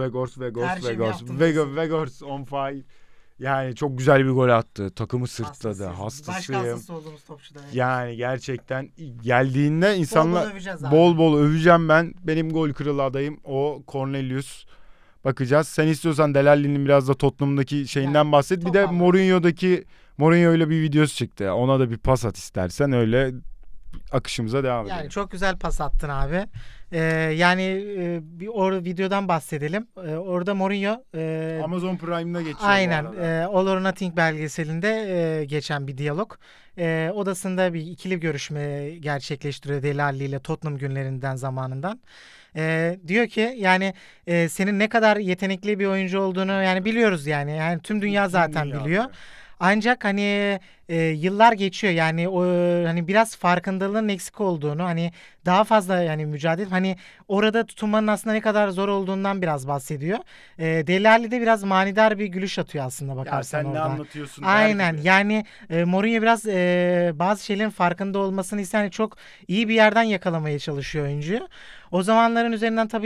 Vegors on fire. Yani çok güzel bir gol attı. Takımı sırtladı. Hastasıyım. Başka hastası olduğumuz topçu da. Yani gerçekten geldiğinde insanlar bol bol öveceğim ben. Benim gol kralı adayım o Cornelius. bakacağız. Sen istiyorsan Dele Alli'nin biraz da Tottenham'daki şeyinden Yani, bahset. Bir de toparla. Mourinho ile bir videosu çıktı. Ona da bir pas at istersen, öyle akışımıza devam Yani edelim. çok güzel pas attın abi. Yani bir videodan bahsedelim. Orada Mourinho Amazon Prime'da geçiyor bu aynen arada. All or Nothing belgeselinde geçen bir diyalog. Odasında bir ikili görüşme gerçekleştiriyor Dele Alli ile Tottenham günlerinden zamanından. Diyor ki yani senin ne kadar yetenekli bir oyuncu olduğunu yani biliyoruz yani. Yani tüm dünya zaten biliyor. Ancak hani yıllar geçiyor yani o hani biraz farkındalığın eksik olduğunu hani daha fazla yani mücadele hani orada tutunmanın aslında ne kadar zor olduğundan biraz bahsediyor. Dele Alli de biraz manidar bir gülüş atıyor aslında Ya bakarsan sen ne orada. anlatıyorsun der Aynen gibi. yani Mourinho biraz bazı şeylerin farkında olmasını ister, yani çok iyi bir yerden yakalamaya çalışıyor oyuncuyu. O zamanların üzerinden tabii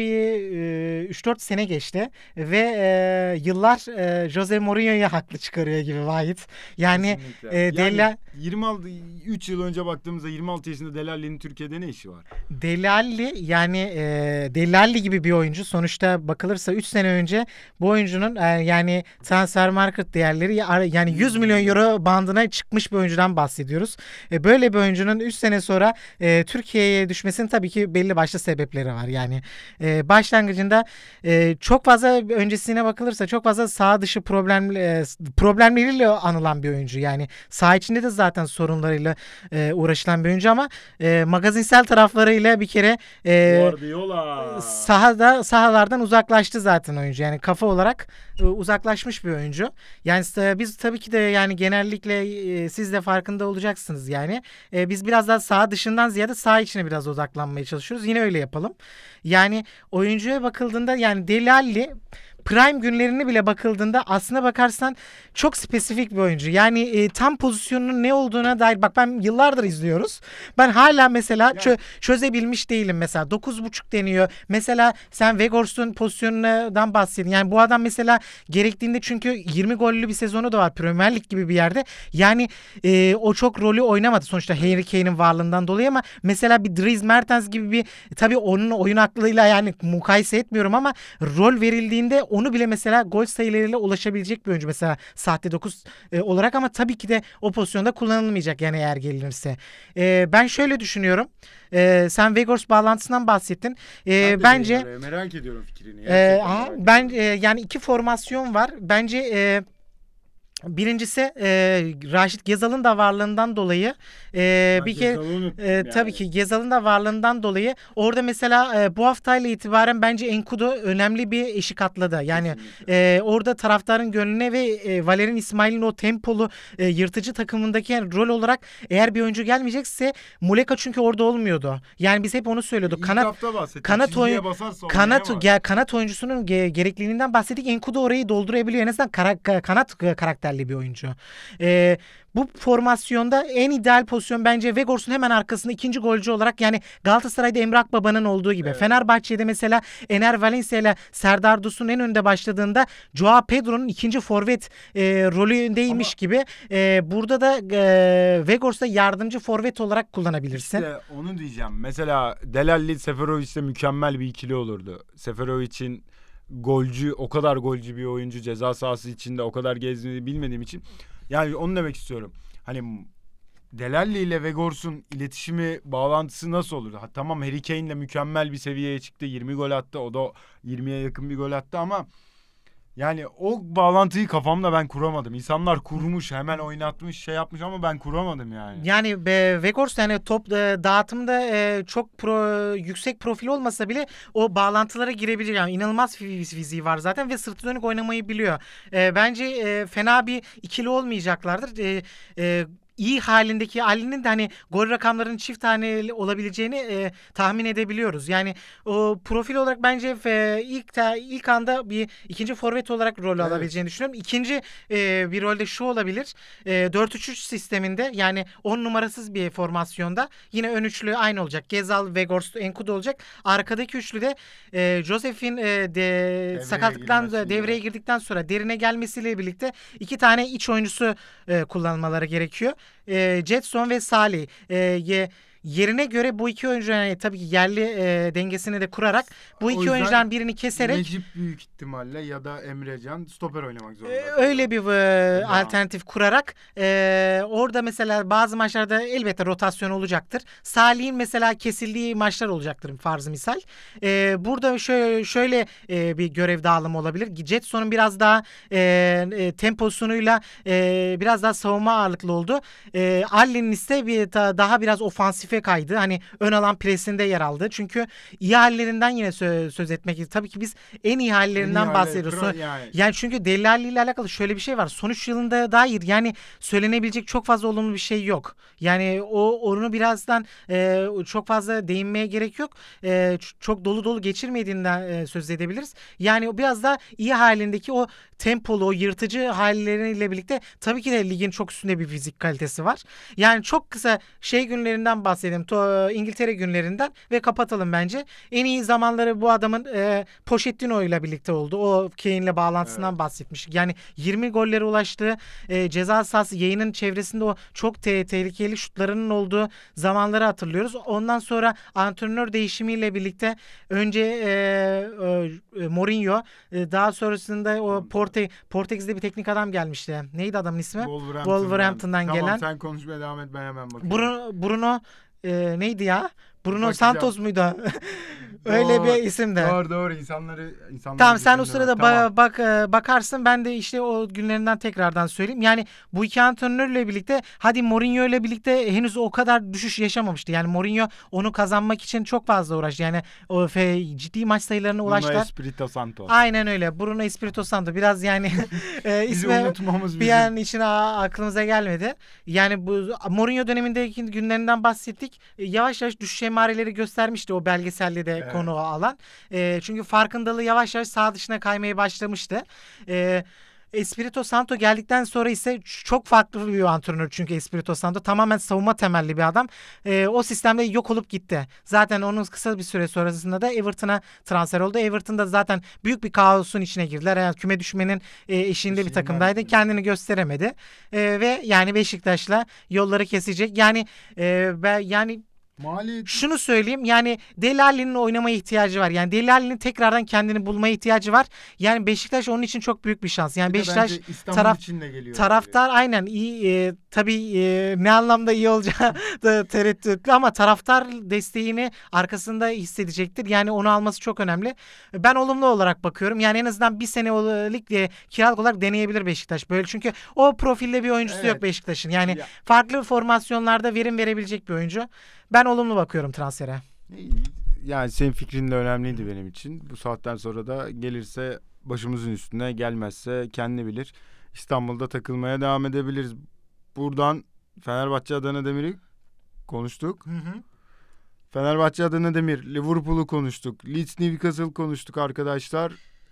3-4 sene geçti ve yıllar Jose Mourinho'yu haklı çıkarıyor gibi Vahit. Yani Kesinlikle. Yani Dele 26 3 yıl önce baktığımızda 26 yaşında Dele Alli'nin Türkiye'de ne işi var? Dele Alli yani Dele Alli gibi bir oyuncu sonuçta bakılırsa 3 sene önce bu oyuncunun yani transfer market değerleri yani 100 milyon euro bandına çıkmış bir oyuncudan bahsediyoruz. Böyle bir oyuncunun 3 sene sonra Türkiye'ye düşmesinin tabii ki belli başlı sebepleri var. Yani başlangıcında çok fazla öncesine bakılırsa çok fazla sağ dışı problemleriyle anılan bir oyuncu. Yani saha içinde de zaten sorunlarıyla uğraşılan bir oyuncu ama magazinsel taraflarıyla bir kere Guardiola. sahalardan uzaklaştı zaten oyuncu. Yani kafa olarak uzaklaşmış bir oyuncu. Yani biz tabii ki de yani genellikle siz de farkında olacaksınız yani. Biz biraz daha saha dışından ziyade saha içine biraz odaklanmaya çalışıyoruz. Yine öyle yapalım. Yani oyuncuya bakıldığında yani Dele Alli prime günlerini bile bakıldığında aslına bakarsan çok spesifik bir oyuncu. Yani tam pozisyonunun ne olduğuna dair bak ben yıllardır izliyoruz. Ben hala mesela çözebilmiş değilim mesela. 9.5 deniyor. Mesela sen Weghorst'un pozisyonundan bahsedin. Yani bu adam mesela gerektiğinde çünkü 20 gollü bir sezonu da var Premier Lig gibi bir yerde. Yani o çok rolü oynamadı sonuçta Harry Kane'in varlığından dolayı ama mesela bir Dries Mertens gibi bir tabii onun oyun aklıyla yani mukayese etmiyorum ama rol verildiğinde onu bile mesela gol sayılarıyla ulaşabilecek bir oyuncu mesela sahte 9 olarak ama tabii ki de o pozisyonda kullanılmayacak yani eğer gelinirse. Ben şöyle düşünüyorum. Sen Weghorst bağlantısından bahsettin. Ben de Bence merak ediyorum fikrini. Gerçekten merak ediyorum. yani iki formasyon var. Bence birincisi Raşit Gezal'ın da varlığından dolayı Ben bir kere Gezal'ı unuttum tabii yani. ki Gezal'ın da varlığından dolayı orada mesela bu haftayla itibaren bence Enkudu önemli bir eşik atladı. Yani Kesinlikle. orada taraftarın gönlüne ve Valerian İsmail'in o tempolu yırtıcı takımındaki yani rol olarak eğer bir oyuncu gelmeyecekse Muleka çünkü orada olmuyordu. Yani biz hep onu söylüyorduk. İlk hafta bahsettim. Kanat oyun Çizgiye basarsa oynayamaz. kanat oyuncusunun gerekliliğinden bahsettik. Enkudu orayı doldurabiliyor. En azından kanat karakterli bir oyuncu. Bu formasyonda en ideal pozisyon bence Weghorst'un hemen arkasında ikinci golcü olarak yani Galatasaray'da Emre Akbaba'nın olduğu gibi. Evet. Fenerbahçe'de mesela Ener Valencia ile Serdar Dursun en önde başladığında Joao Pedro'nun ikinci forvet rolündeymiş gibi. Burada da Weghorst'u yardımcı forvet olarak kullanabilirsin. İşte onu diyeceğim. Mesela Dele Alli Seferovic'le mükemmel bir ikili olurdu. Seferovic'in golcü, o kadar golcü bir oyuncu, ceza sahası içinde o kadar gezdiğini bilmediğim için. Yani onu demek istiyorum. Hani Dele Alli ile Weghorst'un iletişimi, bağlantısı nasıl olurdu? Ha, tamam, Harry Kane'le mükemmel bir seviyeye çıktı. 20 gol attı. O da 20'ye yakın bir gol attı ama yani o bağlantıyı kafamda ben kuramadım. İnsanlar kurmuş, hemen oynatmış, şey yapmış ama ben kuramadım yani. Yani Weghorst yani top dağıtımda çok yüksek profil olmasa bile o bağlantılara girebilir. Yani inanılmaz fiziği var zaten ve sırtı dönük oynamayı biliyor. Bence fena bir ikili olmayacaklardır. İyi halindeki Ali'nin de hani gol rakamlarının çift taneli olabileceğini tahmin edebiliyoruz. Yani o profil olarak bence ilk anda bir ikinci forvet olarak rol alabileceğini düşünüyorum. İkinci bir rolde şu olabilir. 4-3-3 sisteminde yani 10 numarasız bir formasyonda yine ön üçlü aynı olacak. Gezal, Weghorst, Enkudu olacak. Arkadaki üçlü de Josef'in sakatlıktan devreye girdikten sonra derine gelmesiyle birlikte iki tane iç oyuncusu kullanmaları gerekiyor. Jetson ve Salih. yerine göre bu iki oyuncu yani tabii ki yerli dengesini de kurarak bu O iki yüzden oyuncudan birini keserek Necip büyük ihtimalle ya da Emrecan stoper oynamak zorunda. öyle bir alternatif kurarak orada mesela bazı maçlarda elbette rotasyon olacaktır. Salih'in mesela kesildiği maçlar olacaktır farzı misal. Burada şöyle bir görev dağılımı olabilir. Jetson'un biraz daha temposuyla biraz daha savunma ağırlıklı oldu. Allin'in ise daha biraz ofansife kaydı. Hani ön alan presinde yer aldı. Çünkü iyi hallerinden yine söz etmek. Tabii ki biz en iyi hallerinden bahsediyoruz. Yani çünkü Dele Alli ile alakalı şöyle bir şey var. Son 3 yılında dair yani söylenebilecek çok fazla olumlu bir şey yok. Yani onu birazdan çok fazla değinmeye gerek yok. Çok dolu dolu geçirmediğinden söz edebiliriz. Yani o biraz da iyi halindeki o tempolu, o yırtıcı halleriyle birlikte tabii ki de ligin çok üstünde bir fizik kalitesi var. Yani çok kısa günlerinden bahsedelim. İngiltere günlerinden ve kapatalım bence. En iyi zamanları bu adamın Pochettino ile birlikte oldu. O Kane'le bağlantısından bahsetmiş. Yani 20 gollere ulaştığı ceza sahası yayının çevresinde o çok tehlikeli şutlarının olduğu zamanları hatırlıyoruz. Ondan sonra antrenör değişimiyle birlikte önce Mourinho daha sonrasında o Portekiz'de bir teknik adam gelmişti. Neydi adamın ismi? Wolverhampton'dan gelen. Tamam sen konuşmaya devam et ben hemen bakayım. Bruno neydi ya? Bruno Bakacağım. Santos muydu? Öyle bir isim de. Doğru insanları Tamam sen o sırada tamam. bakarsın. Ben de işte o günlerinden tekrardan söyleyeyim. Yani bu iki antrenörle birlikte hadi Mourinho ile birlikte henüz o kadar düşüş yaşamamıştı. Yani Mourinho onu kazanmak için çok fazla uğraştı. Yani o ciddi maç sayılarına ulaştılar. Bruno Espirito Santo. Aynen öyle. Bruno Espirito Santo. Biraz yani ismi bir an içine aklımıza gelmedi. Yani bu Mourinho dönemindeki günlerinden bahsettik. Yavaş yavaş düşüş emareleri göstermişti o belgeselde de konu alan. Çünkü farkındalığı yavaş yavaş sağ dışına kaymaya başlamıştı. Espirito Santo geldikten sonra ise çok farklı bir antrenör çünkü Espirito Santo tamamen savunma temelli bir adam. O sistemde yok olup gitti. Zaten onun kısa bir süre sonrasında da Everton'a transfer oldu. Everton'da zaten büyük bir kaosun içine girdiler. Yani küme düşmenin eşiğinde bir takımdaydı. Kendini gösteremedi. Ve yani Beşiktaş'la yolları kesecek. Yani Maliyet. şunu söyleyeyim yani Dele Alli'nin oynamaya ihtiyacı var. Yani Dele Alli'nin tekrardan kendini bulmaya ihtiyacı var. Yani Beşiktaş onun için çok büyük bir şans. Yani Beşiktaş taraftar aynen iyi tabii ne anlamda iyi olacağı da tereddütlü ama taraftar desteğini arkasında hissedecektir. Yani onu alması çok önemli. Ben olumlu olarak bakıyorum. Yani en azından bir senelik kiralık olarak deneyebilir Beşiktaş. Böyle çünkü o profilde bir oyuncusu yok Beşiktaş'ın. Yani farklı formasyonlarda verim verebilecek bir oyuncu. Ben olumlu bakıyorum transfere. Yani senin fikrin de önemliydi benim için. Bu saatten sonra da gelirse başımızın üstüne, gelmezse kendi bilir. İstanbul'da takılmaya devam edebiliriz. Buradan Fenerbahçe Adana Demir'i konuştuk. Fenerbahçe Adana Demir, Liverpool'u konuştuk. Leeds Newcastle konuştuk arkadaşlar.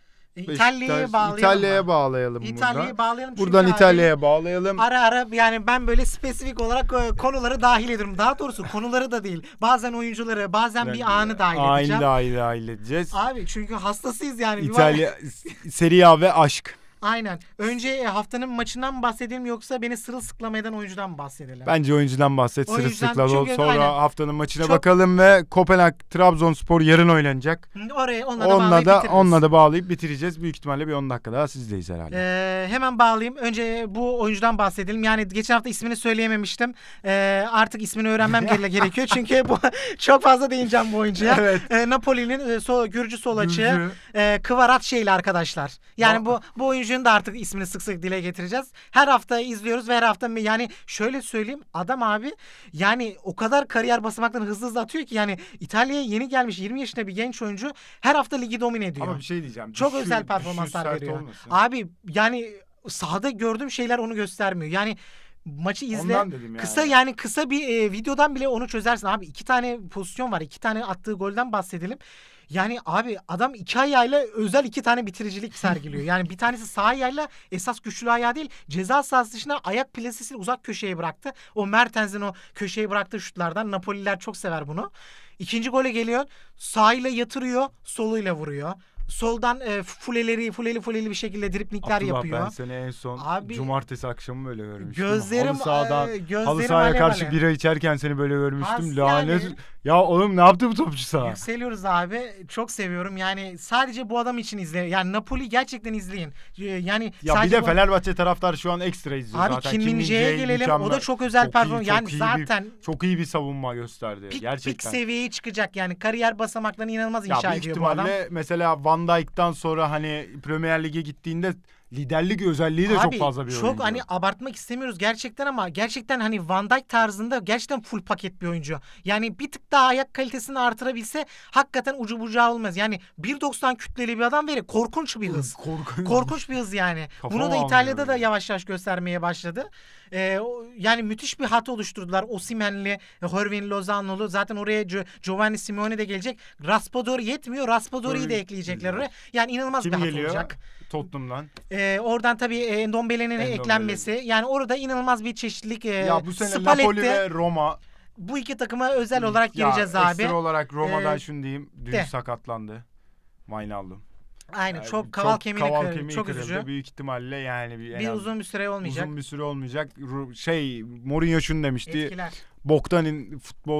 İtalya'ya bağlayalım. Buradan İtalya'ya bağlayalım. Ara yani ben böyle spesifik olarak konuları dahil ediyorum. Daha doğrusu konuları da değil. Bazen oyuncuları, bazen bir anı dahil edeceğim. Dahil edeceğiz. Abi çünkü hastasıyız yani. İtalya, Serie A ve aşk. Aynen. Önce haftanın maçından mı bahsedelim yoksa beni sırılsıklam eden oyuncudan mı bahsedelim? Bence oyuncudan bahset sırılsıklam. Sonra haftanın maçına bakalım ve Kopenhag Trabzonspor yarın oynanacak. Onunla da bağlayıp bitireceğiz. Büyük ihtimalle bir 10 dakika daha sizdeyiz herhalde. Hemen bağlayayım. Önce bu oyuncudan bahsedelim. Yani geçen hafta ismini söyleyememiştim. Artık ismini öğrenmem gerekiyor. Çünkü çok fazla değineceğim bu oyuncuya. Evet. Napoli'nin Gürcü sol açığı Kvaratskhelia ile arkadaşlar. Yani bu oyuncu da artık ismini sık sık dile getireceğiz. Her hafta izliyoruz ve her hafta yani şöyle söyleyeyim adam abi yani o kadar kariyer basamaklarını hızlı atıyor ki yani İtalya'ya yeni gelmiş 20 yaşında bir genç oyuncu her hafta ligi domine ediyor. Ama bir şey diyeceğim. Çok özel performanslar veriyor. Abi yani sahada gördüğüm şeyler onu göstermiyor. Yani maçı izle. Kısa bir videodan bile onu çözersin. Abi 2 tane pozisyon var. 2 tane attığı golden bahsedelim. Yani abi adam 2 ayağıyla özel 2 tane bitiricilik sergiliyor. Yani bir tanesi sağ ayağıyla esas güçlü ayağı değil ceza sahası dışına ayak plasesini uzak köşeye bıraktı. O Mertens'in o köşeye bıraktığı şutlardan Napoliler çok sever bunu. İkinci gole geliyor. Sağıyla yatırıyor, soluyla vuruyor. Soldan fuleli bir şekilde driplingler Abdullah, yapıyor. ben seni en son Abi, cumartesi akşamı böyle görmüştüm. gözlerim Halı sahaya alev karşı alev. bira içerken seni böyle görmüştüm. Az Lanet. yani. Ya oğlum, ne yaptı bu topçu sana? Yükseliyoruz abi. Çok seviyorum. Yani sadece bu adam için izleyin. Yani Napoli gerçekten izleyin. Yani Ya bir sadece de Fenerbahçe taraftar şu an ekstra izliyor abi zaten. Kim Kim Min-jae'ye Min-jae gelelim. mükemmel. O da çok özel Çok iyi, performans. çok Yani iyi zaten çok iyi bir savunma gösterdi pik gerçekten. seviyeye çıkacak. Yani kariyer basamaklarını inanılmaz Ya inşa büyük ediyor bu adam. ihtimalle mesela Van Dijk'tan sonra hani Premier Lig'e gittiğinde liderlik özelliği de çok Abi, fazla bir çok oyuncu. hani abartmak istemiyoruz gerçekten ama gerçekten hani Van Dijk tarzında gerçekten full paket bir oyuncu. Yani bir tık daha ayak kalitesini artırabilse hakikaten ucu bucağı olmaz. Yani 1.90 kütleli bir adam veri korkunç bir hız. Korkunç bir hız yani. Kafam Bunu da almıyor İtalya'da da yani. yavaş yavaş göstermeye başladı. Yani müthiş bir hat oluşturdular. Osimhen'li, Hirving Lozano'lu. Zaten oraya Giovanni Simeone de gelecek. Raspadori yetmiyor. Raspadori'yi de ekleyecekler oraya. Yani inanılmaz Kim bir hat geliyor? olacak. Tottenham'dan. Oradan tabii Ndombele'nin eklenmesi. Yani orada inanılmaz bir çeşitlilik. Ya bu sene Spalletti, Napoli ve Roma. bu iki takıma özel olarak Ya gireceğiz abi. Ekstra olarak Roma'dan Ee, şunu diyeyim. Dün de. sakatlandı. Wijnaldum. Aynen, Yani çok kaval kemiği çok kırıldı. üzücü. Büyük ihtimalle yani Bir uzun bir süre olmayacak. uzun bir süre olmayacak. Mourinho şunu demişti. Etkiler. Boktan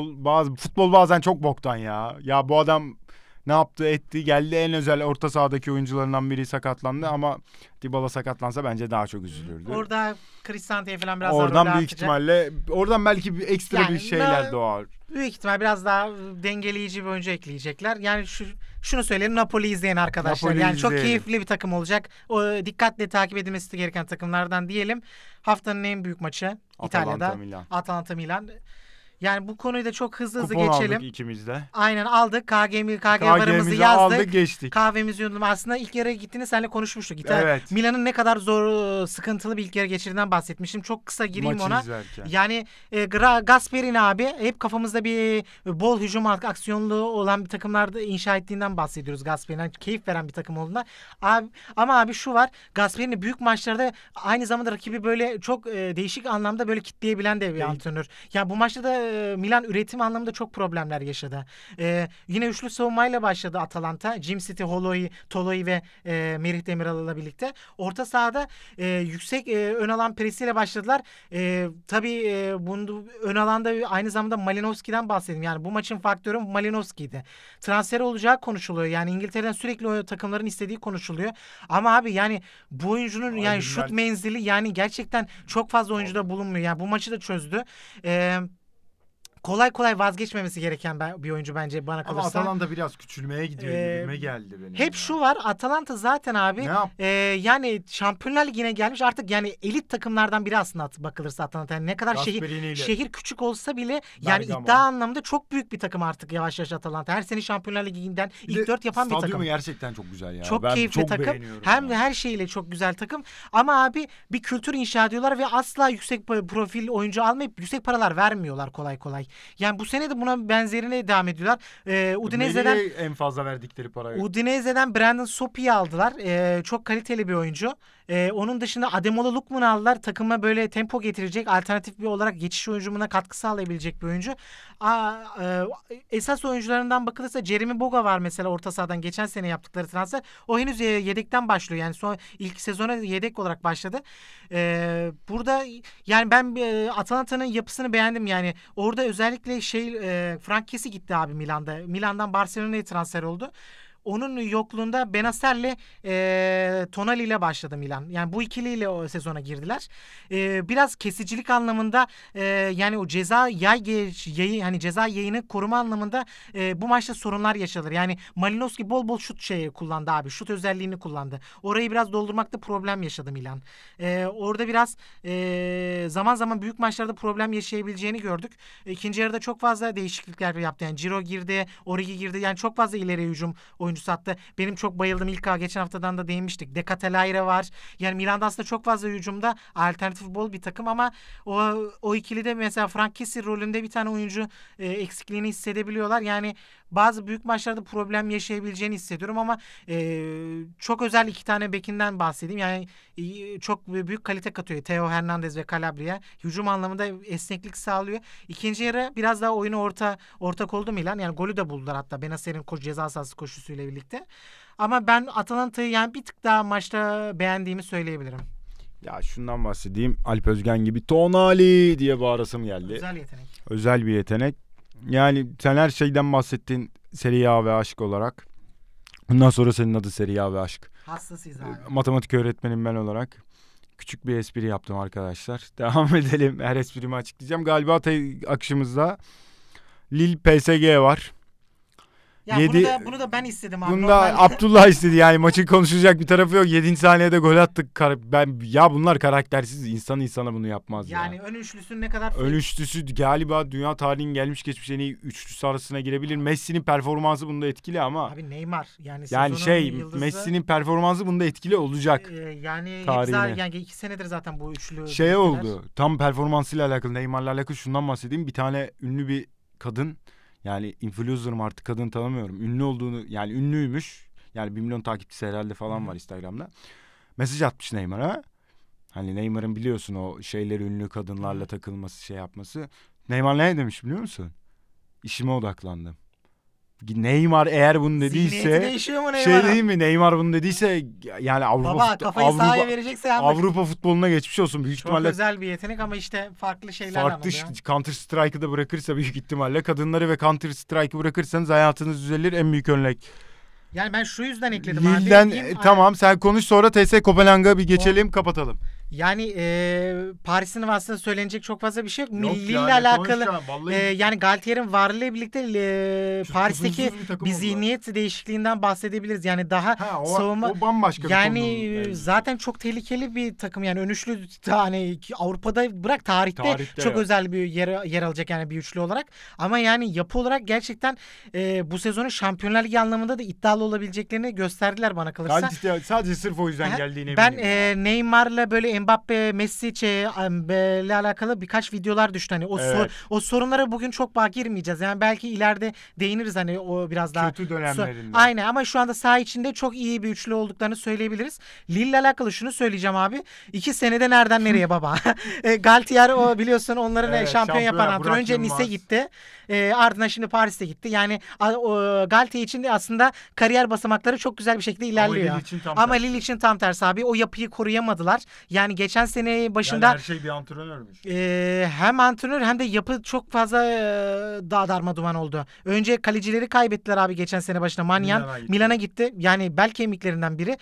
futbol bazen çok boktan ya. Ya bu adam ne yaptı etti, geldi, en özel orta sahadaki oyuncularından biri sakatlandı ama Dybala sakatlansa bence daha çok üzülürdü. Orada Cristante'ye falan biraz daha Oradan rol büyük artacak. ihtimalle oradan belki bir ekstra Yani bir şeyler doğar. Büyük ihtimal biraz daha dengeleyici bir oyuncu ekleyecekler. Yani şunu söyleyelim, Napoli izleyen arkadaşlar. Napoli yani çok izleyelim. keyifli bir takım olacak. O dikkatle takip edilmesi gereken takımlardan diyelim. Haftanın en büyük maçı İtalya'da. Milan. Atalanta Milan. Yani bu konuyu da çok hızlı Kupon geçelim. aldık ikimiz de. Aynen, aldık. KG varımızı KG'mizi yazdık. aldık, geçtik. Kahvemizi yudum. Aslında ilk yarıya gittiğini seninle konuşmuştuk. Evet. Milan'ın ne kadar zor, sıkıntılı bir ilk yarı geçirdiğinden bahsetmiştim. Çok kısa gireyim Maçı ona. izlerken. Yani Gasperini abi hep kafamızda bir bol hücum aksiyonlu olan bir takımlarda inşa ettiğinden bahsediyoruz Gasperi'den. Keyif veren bir takım olduğunda. Ama abi şu var. Gasperini büyük maçlarda aynı zamanda rakibi böyle çok değişik anlamda böyle kitleyebilen de bir antrenör. Yani bu maçta da Milan üretim anlamında çok problemler yaşadı. Yine üçlü savunmayla başladı Atalanta. Jim City, Toloi ve Merih Demiral'la birlikte. Orta sahada yüksek ön alan presiyle başladılar. Tabii bunu ön alanda aynı zamanda Malinowski'den bahsedeyim. Yani bu maçın faktörü Malinowski'ydi. Transfer olacağı konuşuluyor. Yani İngiltere'den sürekli o takımların istediği konuşuluyor. Ama abi yani bu oyuncunun yani şut menzili yani gerçekten çok fazla oyuncuda bulunmuyor. Yani bu maçı da çözdü. Kolay kolay vazgeçmemesi gereken bir oyuncu bence bana Ama kalırsa. Atalanta biraz küçülmeye gidiyor gibime geldi benim. Hep şu var, Atalanta zaten abi yani Şampiyonlar Ligi'ne gelmiş artık, yani elit takımlardan biri aslında bakılırsa Atalanta. Yani ne kadar şehir küçük olsa bile yani iddia anlamında çok büyük bir takım artık yavaş yavaş Atalanta. Her sene Şampiyonlar Ligi'nden ilk 4 yapan bir takım. Stadyumu gerçekten çok güzel ya. Çok keyifli takım. Hem de her şeyle çok güzel takım. Ama abi bir kültür inşa ediyorlar ve asla yüksek profil oyuncu almayıp yüksek paralar vermiyorlar kolay kolay. Yani bu sene de buna benzerine devam ediyorlar. Udinese'den en fazla verdikleri parayı. Udinese'den Brandon Sopi'yi aldılar. Çok kaliteli bir oyuncu. Onun dışında Ademola Lookman'ı aldılar. Takıma böyle tempo getirecek, alternatif bir olarak geçiş oyuncumuna katkı sağlayabilecek bir oyuncu. Esas oyuncularından bakılırsa Jeremy Boga var mesela orta sahadan geçen sene yaptıkları transfer. O henüz yedekten başlıyor. Yani ilk sezona yedek olarak başladı. Burada yani ben Atalanta'nın yapısını beğendim. Yani orada özellikle Frank Kessie gitti abi Milan'da. Milan'dan Barcelona'ya transfer oldu. Onun yokluğunda Benacer'le Tonali ile başladı Milan. Yani bu ikiliyle o sezona girdiler. Biraz kesicilik anlamında yani o ceza hani ceza yayını koruma anlamında bu maçta sorunlar yaşanır. Yani Malinowski bol bol şut kullandı abi. Şut özelliğini kullandı. Orayı biraz doldurmakta problem yaşadı Milan. Orada biraz zaman zaman büyük maçlarda problem yaşayabileceğini gördük. İkinci yarıda çok fazla değişiklikler yaptı. Yani Ciro girdi, Origi girdi. Yani çok fazla ileri hücum oyuncusu attı. Benim çok bayıldığım geçen haftadan da değinmiştik. Decatelaire var. Yani Milan'da aslında çok fazla hücumda alternatif bol bir takım ama o ikili de mesela Frank Kessie rolünde bir tane oyuncu eksikliğini hissedebiliyorlar. Yani bazı büyük maçlarda problem yaşayabileceğini hissediyorum ama çok özel 2 tane bekinden bahsedeyim. Yani çok büyük kalite katıyor Theo Hernandez ve Calabria. Hücum anlamında esneklik sağlıyor. İkinci yarı biraz daha oyunu ortak oldu Milan. Yani golü de buldular hatta Benacer'in ceza sahası koşusuyla birlikte. Ama ben Atalanta'yı yani bir tık daha maçta beğendiğimi söyleyebilirim. Ya şundan bahsedeyim. Alp Özgen gibi Tonali diye bağırasım geldi. Özel yetenek. Özel bir yetenek. Yani sen her şeyden bahsettin Serie A ve aşk olarak. Bundan sonra senin adı Serie A ve aşk. Hastasıyız abi. Matematik öğretmenim ben olarak. Küçük bir espri yaptım arkadaşlar. Devam edelim. Her esprimi açıklayacağım. Galiba akışımızda Lille PSG var. Ya bunu da ben istedim abi. Bunda Abdullah istedi yani maçın konuşacak bir tarafı yok. 7. saniyede gol attık. Bunlar karaktersiz. İnsan insana bunu yapmaz yani ya. ön üçlüsü ne kadar Ön üçlüsü galiba dünya tarihinin gelmiş geçmiş en iyi üçlüsü arasına girebilir. Messi'nin performansı bunda etkili ama. Abi Neymar yani yıldızı... Messi'nin performansı bunda etkili olacak. Yani tarihine. yani 2 senedir zaten bu üçlü. Oldu. Tam performansıyla alakalı Neymar'la alakalı şundan bahsedeyim. Bir tane ünlü bir kadın. Yani influencer'ım artık kadın tanımıyorum. Ünlü olduğunu yani ünlüymüş. Yani 1 milyon takipçisi herhalde falan var Instagram'da. Mesaj atmış Neymar'a. Hani Neymar'ın biliyorsun o şeyleri ünlü kadınlarla takılması şey yapması. Neymar ne demiş biliyor musun? İşime odaklandım. Neymar eğer bunu dediyse şey değil mi? Neymar bunu dediyse yani Avrupa futboluna geçmiş olsun büyük ihtimalle. Çok özel bir yetenek ama işte farklı şeyler anlatıyor. Counter Strike'ı da bırakırsa büyük ihtimalle kadınları ve Counter Strike'ı bırakırsanız hayatınız düzelir en büyük örnek. Yani ben şu yüzden ekledim abi. Tamam sen konuş sonra TS Kopenhag'a bir geçelim kapatalım. Yani Paris'in aslında söylenecek çok fazla bir şey yok. Milliyle alakalı yani Galtier'in varlığıyla birlikte Paris'teki bir zihniyet değişikliğinden bahsedebiliriz. Yani daha savunma o bambaşka yani bir konu. Zaten çok tehlikeli bir takım yani ön üçlü hani Avrupa'da bırak tarihte çok özel bir yer alacak yani bir üçlü olarak. Ama yani yapı olarak gerçekten bu sezonun Şampiyonlar Ligi anlamında da iddialı olabileceklerini gösterdiler bana kalırsa. Sadece sırf o yüzden geldiğine eminim. Ben Neymar'la böyle Mbappe, Messi ile alakalı birkaç videolar düştü. Hani o sorunlara bugün çok girmeyeceğiz. Yani belki ileride değiniriz hani o biraz daha. Kötü dönemlerinde. Aynen ama şu anda saha içinde çok iyi bir üçlü olduklarını söyleyebiliriz. Lille ile alakalı şunu söyleyeceğim abi. 2 senede nereden nereye baba? Galtier o biliyorsun onların şampiyon yapan antrenör. Önce Nice gitti. Ardından şimdi Paris'te gitti. Yani Galtier için de aslında kariyer basamakları çok güzel bir şekilde ilerliyor. Ama Lille için tam tersi abi. O yapıyı koruyamadılar. Yani geçen sene başında her şey bir antrenörmüş. Hem antrenör hem de yapı çok fazla darmadağın oldu. Önce kalecileri kaybettiler abi geçen sene başında. Manyan Milan'a gitti. Yani bel kemiklerinden biri.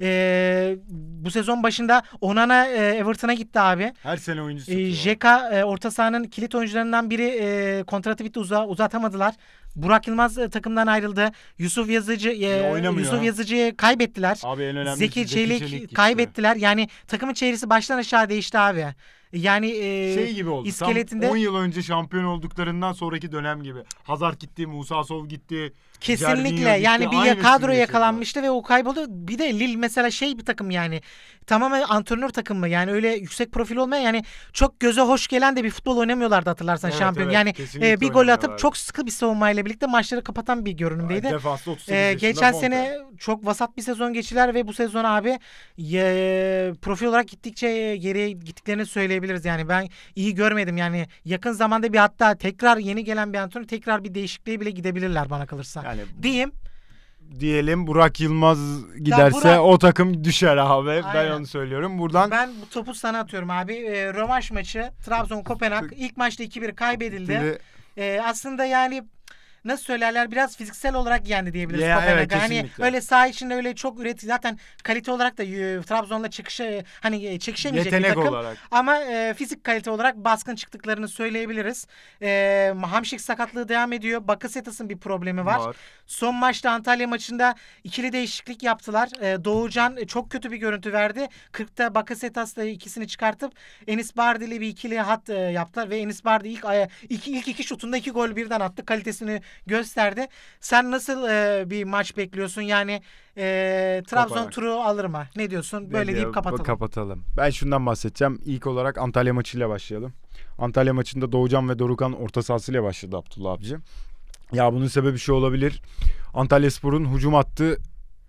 Bu sezon başında Onana Everton'a gitti abi. Her sene oyuncusu. Jeka orta sahanın kilit oyuncularından biri kontratı bitti uzatamadılar. Burak Yılmaz takımdan ayrıldı. Yusuf Yazıcı'yı kaybettiler. Abi en önemlisi Zeki Çelik kaybettiler. Yani takımın çevresi baştan aşağı değişti abi. Yani şey gibi oldu. iskeletinde 10 yıl önce şampiyon olduklarından sonraki dönem gibi. Hazard gitti, Musa Sow gitti. Kesinlikle yani bir kadro yakalanmıştı ve o kayboldu. Bir de Lille mesela bir takım yani tamamen antrenör takımı yani öyle yüksek profil olmayan yani çok göze hoş gelen de bir futbol oynamıyorlardı hatırlarsan şampiyon. Yani bir gol atıp çok sıkı bir savunmayla birlikte maçları kapatan bir görünümdeydi. Geçen sene çok vasat bir sezon geçtiler ve bu sezon abi profil olarak gittikçe geriye gittiklerini söyleyebiliriz. Yani ben iyi görmedim yani yakın zamanda bir hatta tekrar yeni gelen bir antrenör tekrar bir değişikliğe bile gidebilirler bana kalırsa. Yani diyelim Burak Yılmaz giderse o takım düşer abi. Aynen. Ben onu söylüyorum. Buradan ben bu topu sana atıyorum abi. Rövanş maçı Trabzon Kopenhag ilk maçta 2-1 kaybedildi. Aslında yani nasıl söylerler biraz fiziksel olarak yendi diyebiliriz Kopenhag'a. Hani öyle saha içinde öyle çok zaten kalite olarak da Trabzon'la çekişemeyecek bir takım. Olarak. Ama fizik kalite olarak baskın çıktıklarını söyleyebiliriz. Hamşik sakatlığı devam ediyor. Bakasetas'ın bir problemi var. Son maçta Antalya maçında ikili değişiklik yaptılar. Doğucan çok kötü bir görüntü verdi. 40'ta Bakasetas'la ikisini çıkartıp Enis Bardi'li bir ikili hat yaptılar ve Enis Bardi ilk iki şutunda 2 gol birden attı. Kalitesini gösterdi. Sen nasıl bir maç bekliyorsun? Yani Trabzon turu alır mı? Ne diyorsun? Böyle deyip kapatalım. Ben şundan bahsedeceğim. İlk olarak Antalya maçıyla başlayalım. Antalya maçında Doğucan ve Dorukhan orta sahasıyla başladı Abdullah abici. Ya bunun sebebi şu olabilir. Antalyaspor'un hücum hattı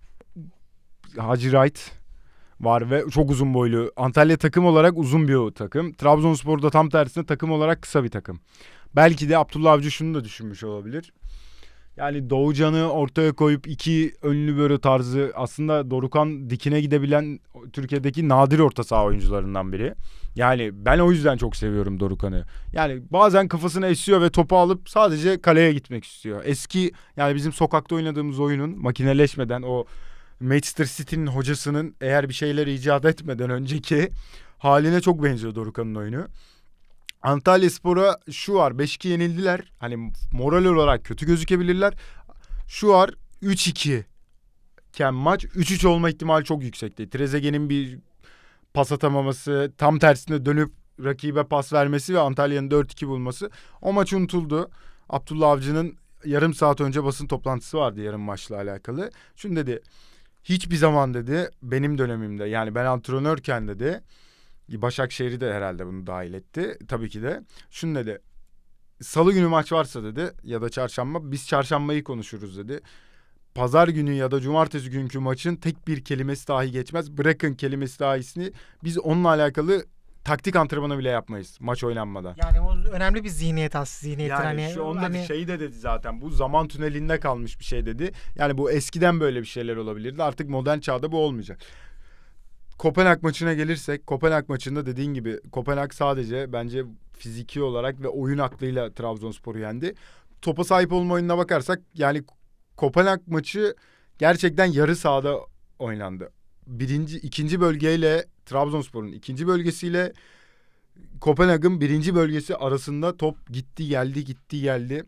Hacı Wright var ve çok uzun boylu. Antalya takım olarak uzun bir takım. Trabzonspor'da tam tersine takım olarak kısa bir takım. Belki de Abdullah Avcı şunu da düşünmüş olabilir. Yani Doğucan'ı ortaya koyup iki önlü böyle tarzı, aslında Dorukhan dikine gidebilen Türkiye'deki nadir orta saha oyuncularından biri. Yani ben o yüzden çok seviyorum Dorukhan'ı. Yani bazen kafasını esiyor ve topu alıp sadece kaleye gitmek istiyor. Eski, yani bizim sokakta oynadığımız oyunun makineleşmeden, o Manchester City'nin hocasının eğer bir şeyler icat etmeden önceki haline çok benziyor Dorukhan'ın oyunu. Antalyaspor'a şu var: 5-2 yenildiler. Hani moral olarak kötü gözükebilirler. Şu var: 3-2 iken maç 3-3 olma ihtimali çok yüksekti. Trezeguet'in bir pas atamaması, tam tersine dönüp rakibe pas vermesi ve Antalya'nın 4-2 bulması, o maç unutuldu. Abdullah Avcı'nın yarım saat önce basın toplantısı vardı yarım maçla alakalı. Şunu dedi: hiçbir zaman dedi benim dönemimde, yani ben antrenörken dedi, Başakşehir'i de herhalde bunu dahil etti tabii ki de, şunu dedi: salı günü maç varsa dedi ya da çarşamba, biz çarşambayı konuşuruz dedi. Pazar günü ya da cumartesi günkü maçın tek bir kelimesi dahi geçmez. Bırakın kelimesi dahisini, biz onunla alakalı taktik antrenmanı bile yapmayız maç oynanmadan. Yani o önemli bir zihniyet aslında. Zihniyettir. Yani hani, şu onda hani... şeyi de dedi zaten, bu zaman tünelinde kalmış bir şey dedi. Yani bu eskiden böyle bir şeyler olabilirdi, artık modern çağda bu olmayacak. Kopenhag maçına gelirsek, Kopenhag maçında dediğin gibi Kopenhag sadece bence fiziki olarak ve oyun aklıyla Trabzonspor'u yendi. Topa sahip olma oyununa bakarsak, yani Kopenhag maçı gerçekten yarı sahada oynandı. İkinci bölgeyle Trabzonspor'un ikinci bölgesiyle Kopenhag'ın birinci bölgesi arasında top gitti geldi gitti geldi.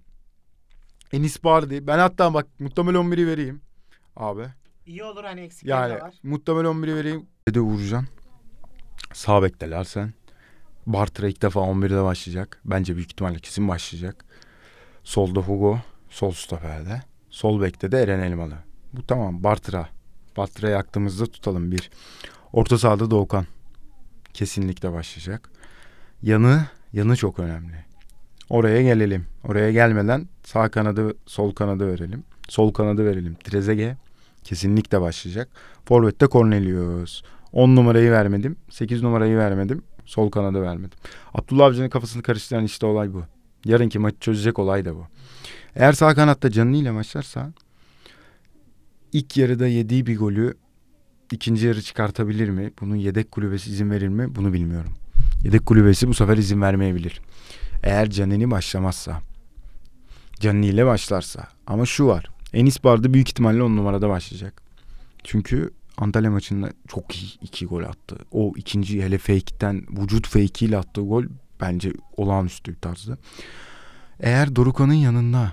Enis Bardi. Ben hatta bak muhtemel 11'i vereyim abi. İyi olur, hani eksikleri Yani de var. muhtemel 11'i vereyim. De Uğurcan. Sağ bekte Larsen. Bartra ilk defa 11'de başlayacak. Bence büyük ihtimalle kesin başlayacak. Solda Hugo. Sol stoperde. Sol bekte de Eren Elmalı. Bu tamam. Bartra'yı aklımızda tutalım bir. Orta sahada Doğukan. Kesinlikle başlayacak. Yanı çok önemli. Oraya gelelim. Oraya gelmeden sağ kanadı, sol kanadı verelim. Sol kanadı verelim. Trezeguet kesinlikle başlayacak. Forvet'te Cornelius. 10 numarayı vermedim. 8 numarayı vermedim. Sol kanadı vermedim. Abdullah Avcı'nın kafasını karıştıran işte olay bu. Yarınki maçı çözecek olay da bu. Eğer sağ kanatta Canlı ile başlarsa, ilk yarıda yediği bir golü ikinci yarı çıkartabilir mi? Bunun yedek kulübesi izin verir mi? Bunu bilmiyorum. Yedek kulübesi bu sefer izin vermeyebilir. Eğer Canini başlamazsa, Canini ile başlarsa. Ama şu var: Enis Bardi büyük ihtimalle 10 numarada başlayacak. Çünkü Antalya maçında çok iyi 2 gol attı. O ikinci, hele fake'ten, vücut fake ile attığı gol bence olağanüstü bir tarzdı. Eğer Dorukhan'ın yanında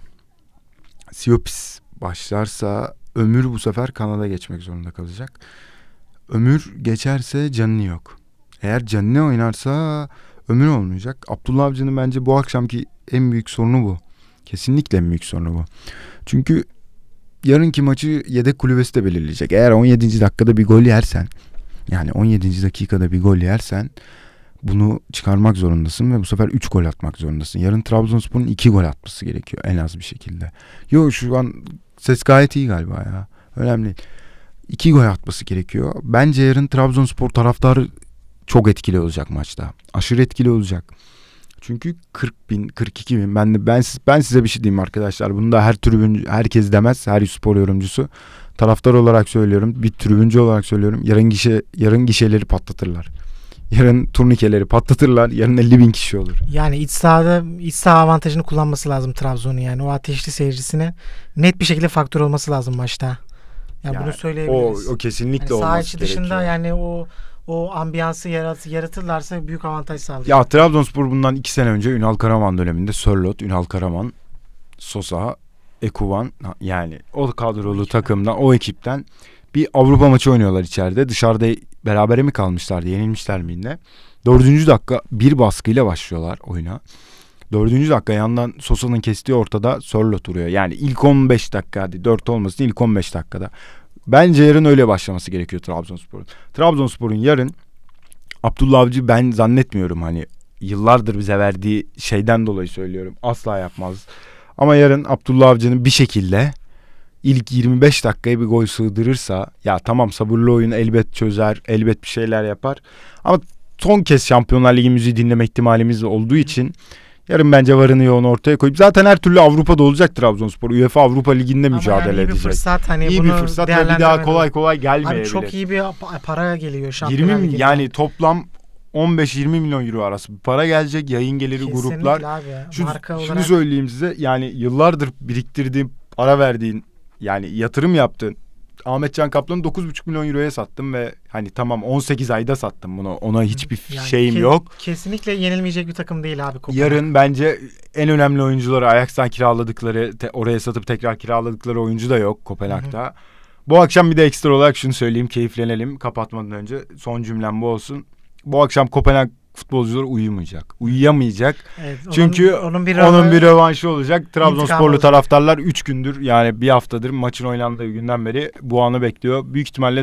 Siopis başlarsa, Ömür bu sefer Kanada geçmek zorunda kalacak. Ömür geçerse Canini yok. Eğer Canini oynarsa Ömür olmayacak. Abdullah Avcı'nın bence bu akşamki en büyük sorunu bu. Kesinlikle en büyük sorunu bu. Çünkü yarınki maçı yedek kulübesi de belirleyecek. Eğer 17. dakikada bir gol yersen, yani 17. dakikada bir gol yersen, bunu çıkarmak zorundasın ve bu sefer 3 gol atmak zorundasın. Yarın Trabzonspor'un 2 gol atması gerekiyor en az bir şekilde. Yo, şu an ses gayet iyi galiba ya. Önemli değil. 2 gol atması gerekiyor. Bence yarın Trabzonspor taraftarı çok etkili olacak maçta. Aşırı etkili olacak. Çünkü 40 bin, 42 bin. Ben size bir şey diyeyim arkadaşlar. Bunu da her tribün, herkes demez. Her spor yorumcusu. Taraftar olarak söylüyorum. Bir tribüncü olarak söylüyorum. Yarın gişeleri patlatırlar. Yarın turnikeleri patlatırlar. Yarın 50 bin kişi olur. Yani iç saha avantajını kullanması lazım Trabzon'un, yani o ateşli seyircisine net bir şekilde faktör olması lazım maçta. Yani bunu söyleyebiliriz. O kesinlikle yani olması saha içi gerekiyor. dışında yani o ambiyansı yaratırlarsa büyük avantaj sağlayacak. Ya Trabzonspor bundan 2 sene önce Ünal Karaman döneminde Sörloth, Ünal Karaman, Sosa, Ekuban, yani o kadrolu takımdan, o ekipten bir Avrupa maçı oynuyorlar içeride. Dışarıda berabere mi kalmışlardı, yenilmişler mi yine? 4. dakika bir baskıyla başlıyorlar oyuna. 4. dakika yandan Sosa'nın kestiği ortada Sörloth vuruyor. Yani ilk 15 dakika, hadi 4 olmasın, ilk 15 dakikada. Bence yarın öyle başlaması gerekiyor Trabzonspor'un. Trabzonspor'un yarın, Abdullah Avcı ben zannetmiyorum, hani yıllardır bize verdiği şeyden dolayı söylüyorum, asla yapmaz. Ama yarın Abdullah Avcı'nın bir şekilde ilk 25 dakikaya bir gol sığdırırsa, ya tamam, sabırlı oyun elbet çözer, elbet bir şeyler yapar. Ama son kez Şampiyonlar Ligi müziği dinleme ihtimalimiz olduğu için yarın bence varını yoğunu ortaya koyup, zaten her türlü Avrupa'da olacak Trabzonspor. UEFA Avrupa Ligi'nde mücadele yani iyi bir edecek. fırsat, hani İyi bunu bir fırsat ve bir daha değerlendirmeli. kolay kolay gelmeyebilir. Abi çok iyi bir para geliyor Şampiyonlar 20 Ligi'nden. yani toplam 15-20 milyon euro arası bir para gelecek. Yayın geliri, Kesinlikle gruplar. abi. Marka Şunu olarak söyleyeyim size, yani yıllardır biriktirdiğim, para verdiğin, yani yatırım yaptığın Ahmetcan Kaplan'ı 9,5 milyon euroya sattım ve hani tamam 18 ayda sattım bunu. Ona hiçbir yani şeyim yok. Kesinlikle yenilmeyecek bir takım değil abi Kopenhag. Yarın bence en önemli oyuncuları, Ajax'tan kiraladıkları, oraya satıp tekrar kiraladıkları oyuncu da yok Kopenhag'da. Bu akşam bir de ekstra olarak şunu söyleyeyim, keyiflenelim kapatmadan önce. Son cümlem bu olsun. Bu akşam Kopenhag futbolcuları uyuyamayacak. Evet, Çünkü onun bir rövanşı olacak. Trabzonsporlu olacak. taraftarlar 3 gündür, yani bir haftadır maçın oynandığı günden beri bu anı bekliyor. Büyük ihtimalle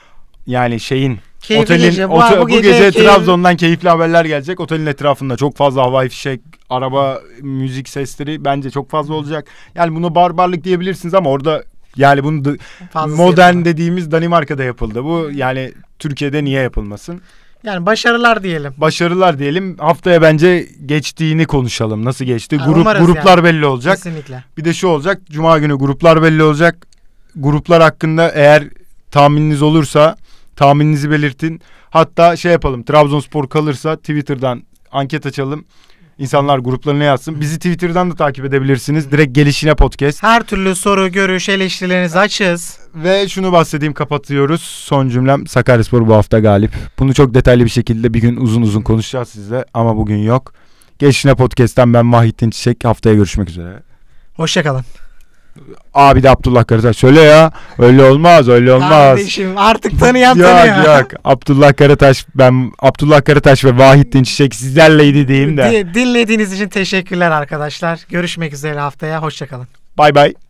yani Keyifli otelin gece. bu gece Trabzon'dan keyifli haberler gelecek. Otelin etrafında çok fazla havai fişek, araba, müzik sesleri bence çok fazla olacak. Yani bunu barbarlık diyebilirsiniz ama orada yani bunu modern dediğimiz Danimarka'da yapıldı. Bu yani Türkiye'de niye yapılmasın? Yani başarılar diyelim. Başarılar diyelim. Haftaya bence geçtiğini konuşalım. Nasıl geçti? Yani Gruplar yani belli olacak. Kesinlikle. Bir de şu olacak. Cuma günü gruplar belli olacak. Gruplar hakkında eğer tahmininiz olursa tahmininizi belirtin. Hatta yapalım. Trabzonspor kalırsa Twitter'dan anket açalım. İnsanlar gruplarına yazsın. Bizi Twitter'dan da takip edebilirsiniz. Direkt Gelişine Podcast. Her türlü soru, görüş, eleştirilerinizi açığız. Ve şunu bahsedeyim, kapatıyoruz. Son cümlem, Sakaryaspor bu hafta galip. Bunu çok detaylı bir şekilde bir gün uzun uzun konuşacağız sizle ama bugün yok. Gelişine Podcast'ten ben Vahittin Çiçek. Haftaya görüşmek üzere. Hoşçakalın. Abi de Abdullah Karataş. Söyle ya. Öyle olmaz, öyle olmaz. Kardeşim artık tanıyan tanıyor. Yok. Abdullah Karataş ve Vahittin Çiçek sizlerleydi diyeyim de. Dinlediğiniz için teşekkürler arkadaşlar. Görüşmek üzere haftaya. Hoşçakalın. Bay bay.